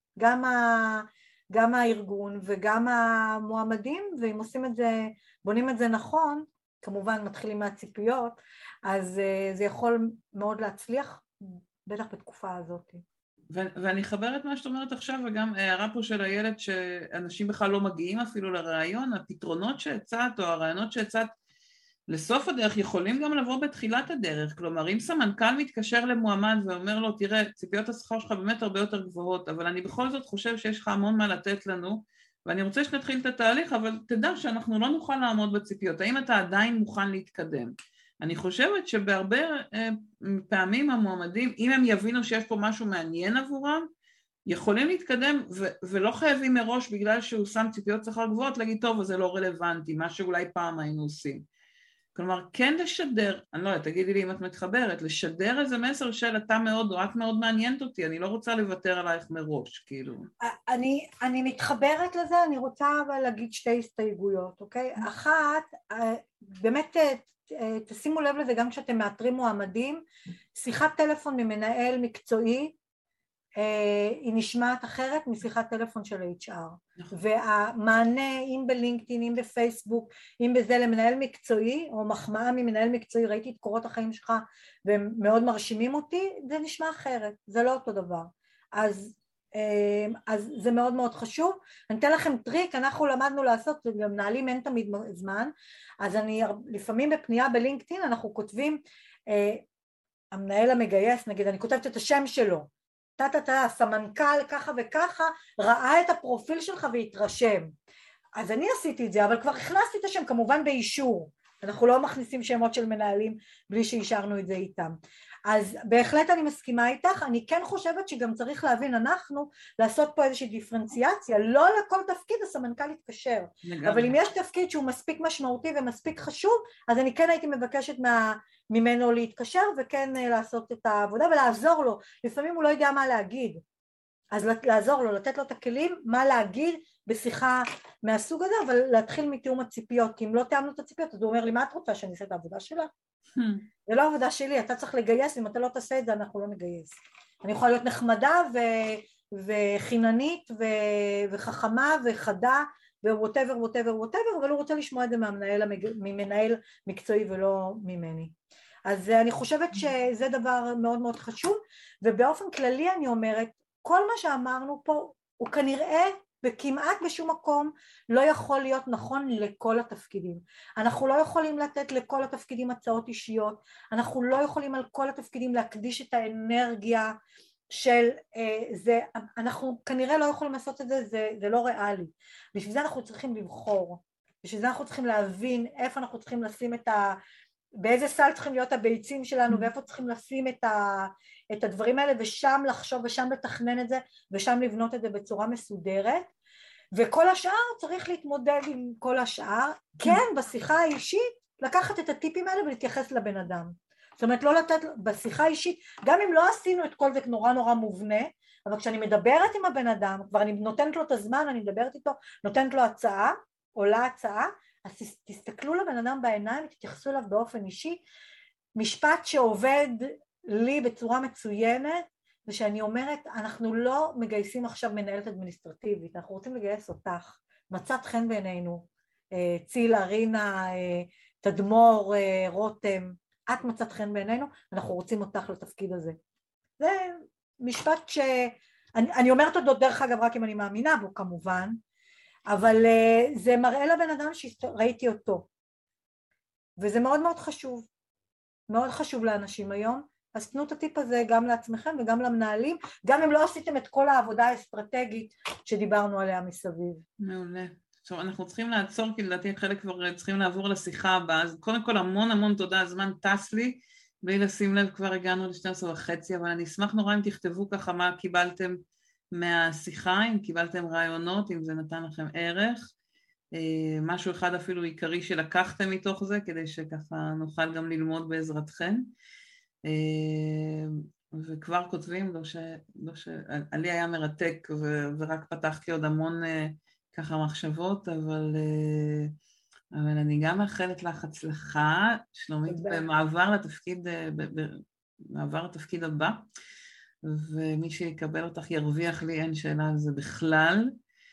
B: גם הארגון וגם המועמדים, ואם עושים את זה, בונים את זה נכון, כמובן מתחילים מהציפיות, אז זה יכול מאוד להצליח, בטח בתקופה הזאת.
A: ואני חברת מה שאת אומרת עכשיו, וגם הערה פה של הילד שאנשים בכלל לא מגיעים אפילו לרעיון, הפתרונות שהצעת או הרעיונות שהצעת לסוף הדרך יכולים גם לבוא בתחילת הדרך, כלומר אם סמנכ"ל מתקשר למועמד ואומר לו, תראה, ציפיות השכר שלך באמת הרבה יותר גבוהות, אבל אני בכל זאת חושב שיש לך המון מה לתת לנו, ואני רוצה שנתחיל את התהליך, אבל תדע שאנחנו לא נוכל לעמוד בציפיות, האם אתה עדיין מוכן להתקדם? אני חושבת שבהרבה פעמים המועמדים, אם הם יבינו שיש פה משהו מעניין עבורם, יכולים להתקדם ולא חייבים מראש בגלל שהוא שם ציפיות שכר גבוהות, להגיד טוב, זה לא רלוונטי, מה שאולי פעם היינו עושים. כלומר, כן לשדר, אני לא יודעת, תגידי לי אם את מתחברת, לשדר איזה מסר של אתה מאוד או את מאוד מעניינת אותי, אני לא רוצה לוותר עלייך מראש, כאילו.
B: אני מתחברת לזה, אני רוצה אבל להגיד שתי הסתייגויות, אוקיי? אחת, באמת תשימו לב לזה גם כשאתם מאתרים מועמדים, שיחת טלפון ממנהל מקצועי, היא נשמעת אחרת משיחת טלפון של HR, והמענה אם בלינקדאין, אם בפייסבוק, אם בזה למנהל מקצועי או מחמאה ממנהל מקצועי, ראיתי את קורות החיים שלך והם מאוד מרשימים אותי, זה נשמע אחרת, זה לא אותו דבר. אז זה מאוד מאוד חשוב. אני אתן לכם טריק, אנחנו למדנו לעשות, למנהלים אין תמיד זמן, אז לפעמים בפנייה בלינקדאין אנחנו כותבים, המנהל המגייס, נגיד אני כותבת את השם שלו, הסמנכ"ל ככה וככה ראה את הפרופיל שלך והתרשם. אז אני עשיתי את זה, אבל כבר הכנסתי את השם כמובן באישור, אנחנו לא מכניסים שמות של מנהלים בלי שאישרנו את זה איתם. אז בהחלט אני מסכימה איתך, אני כן חושבת שגם צריך להבין אנחנו לעשות פה איזושהי דיפרנציאציה, לא לכל תפקיד הסמנכ"ל יתקשר, אבל אם יש תפקיד שהוא מספיק משמעותי ומספיק חשוב, אז אני כן הייתי מבקשת ממנו להתקשר וכן לעשות את העבודה ולעזור לו, לפעמים הוא לא יודע מה להגיד, אז לעזור לו, לתת לו את הכלים מה להגיד בשיחה מהסוג הזה, אבל להתחיל מתיאום הציפיות, כי אם לא תיאמנו את הציפיות, אז הוא אומר לי, מה את רוצה, שאני אעשה את העבודה שלה? זה לא העבודה שלי, אתה צריך לגייס, אם אתה לא תעשה את זה, אנחנו לא נגייס. אני יכולה להיות נחמדה וחיננית וחכמה וחדה, ווואטאבר, אבל הוא רוצה לשמוע את זה ממנהל מקצועי ולא ממני. אז אני חושבת שזה דבר מאוד מאוד חשוב, ובאופן כללי אני אומרת, כל מה שאמרנו פה הוא כנראה וכמעט בשום מקום לא יכול להיות נכון לכל התפקידים. אנחנו לא יכולים לתת לכל התפקידים הצעות אישיות, אנחנו לא יכולים על כל התפקידים להקדיש את האנרגיה של זה, אנחנו כנראה לא יכולים לעשות את זה, זה לא ריאלי. בשביל זה אנחנו צריכים לבחור, בשביל זה אנחנו צריכים להבין איפה אנחנו צריכים לשים באיזה סל צריכים להיות הביצים שלנו ואיפה צריכים לשים את הדברים האלה ושם לחשוב ושם לתכנן את זה ושם לבנות את זה בצורה מסודרת, וכל השאר צריך להתמודד עם כל השאר. כן, בשיחה האישית לקחת את הטיפים האלה ולהתייחס לבן אדם, זאת אומרת לא לתת בשיחה האישית, גם אם לא עשינו את כל זה נורא נורא מובנה, אבל כשאני מדברת עם הבן אדם כבר אני נותנת לו את הזמן, אני מדברת איתו, נותנת לו הצעה, עולה הצעה, אז תסתכלו לבן אדם בעיניים ותתייחסו אליו באופן אישי. משפט שעובד לי בצורה מצוינת ושאני אומרת, אנחנו לא מגייסים עכשיו מנהלת אדמיניסטרטיבית, אנחנו רוצים לגייס אותך, מצאת חן בעינינו, צילה, רינה, תדמור, רותם, את מצאת חן בעינינו, אנחנו רוצים אותך לתפקיד הזה. זה משפט שאני אומרת אותו דרך אגב רק אם אני מאמינה בו כמובן, אבל זה מראה לבן אדם שראיתי אותו, וזה מאוד מאוד חשוב, מאוד חשוב לאנשים היום. אז תנו את הטיפ הזה גם לעצמכם וגם למנהלים, גם אם לא עשיתם את כל העבודה האסטרטגית שדיברנו עליה מסביב.
A: מעולה. עכשיו אנחנו צריכים לעצור, כי לדעתי חלק כבר צריכים לעבור לשיחה הבאה, אז קודם כל המון תודה, הזמן טס לי, בלי לשים לב כבר הגענו ל-12:30, אבל אני אשמח נורא אם תכתבו ככה מה קיבלתם מהשיחה, אם קיבלתם רעיונות, אם זה נתן לכם ערך, משהו אחד אפילו עיקרי שלקחתם מתוך זה, כדי שככה נוכל גם ללמוד בעזרתכם. וכבר כותבים, עלי היה מרתק ורק פתחתי עוד המון ככה מחשבות, אבל אני גם מאחלת לך הצלחה, שלומית, במעבר לתפקיד הבא, ומי שיקבל אותך ירוויח לי, אין שאלה על זה בכלל.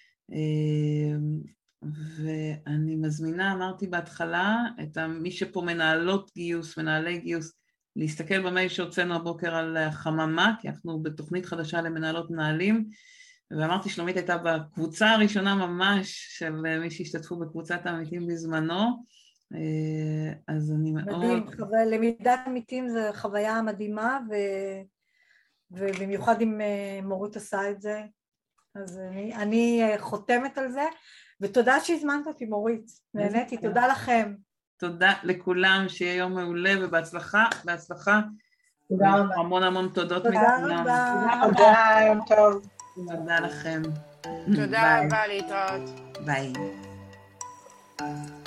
A: ואני מזמינה, אמרתי בהתחלה, את מי שפה מנהלות גיוס, מנהלי גיוס, להסתכל במייל שהוצאנו הבוקר על החממה, כי אנחנו בתוכנית חדשה למנהלות מנהלים, ואמרתי, שלומית הייתה בקבוצה הראשונה ממש של מי שהשתתפו בקבוצת העמיתים בזמנו, אז אני מאוד...
B: מדהים, למידת עמיתים זה חוויה מדהימה, ובמיוחד אם מורית עושה את זה, אז אני חותמת על זה, ותודה שהזמנת אותי מורית, נהניתי, תודה לכם.
A: תודה לכולם, שיהיה יום מעולה ובהצלחה, בהצלחה.
E: תודה רבה.
A: המון תודות.
B: תודה רבה.
E: תודה, יום טוב.
A: תודה לכם.
F: תודה רבה, להתראות.
A: ביי.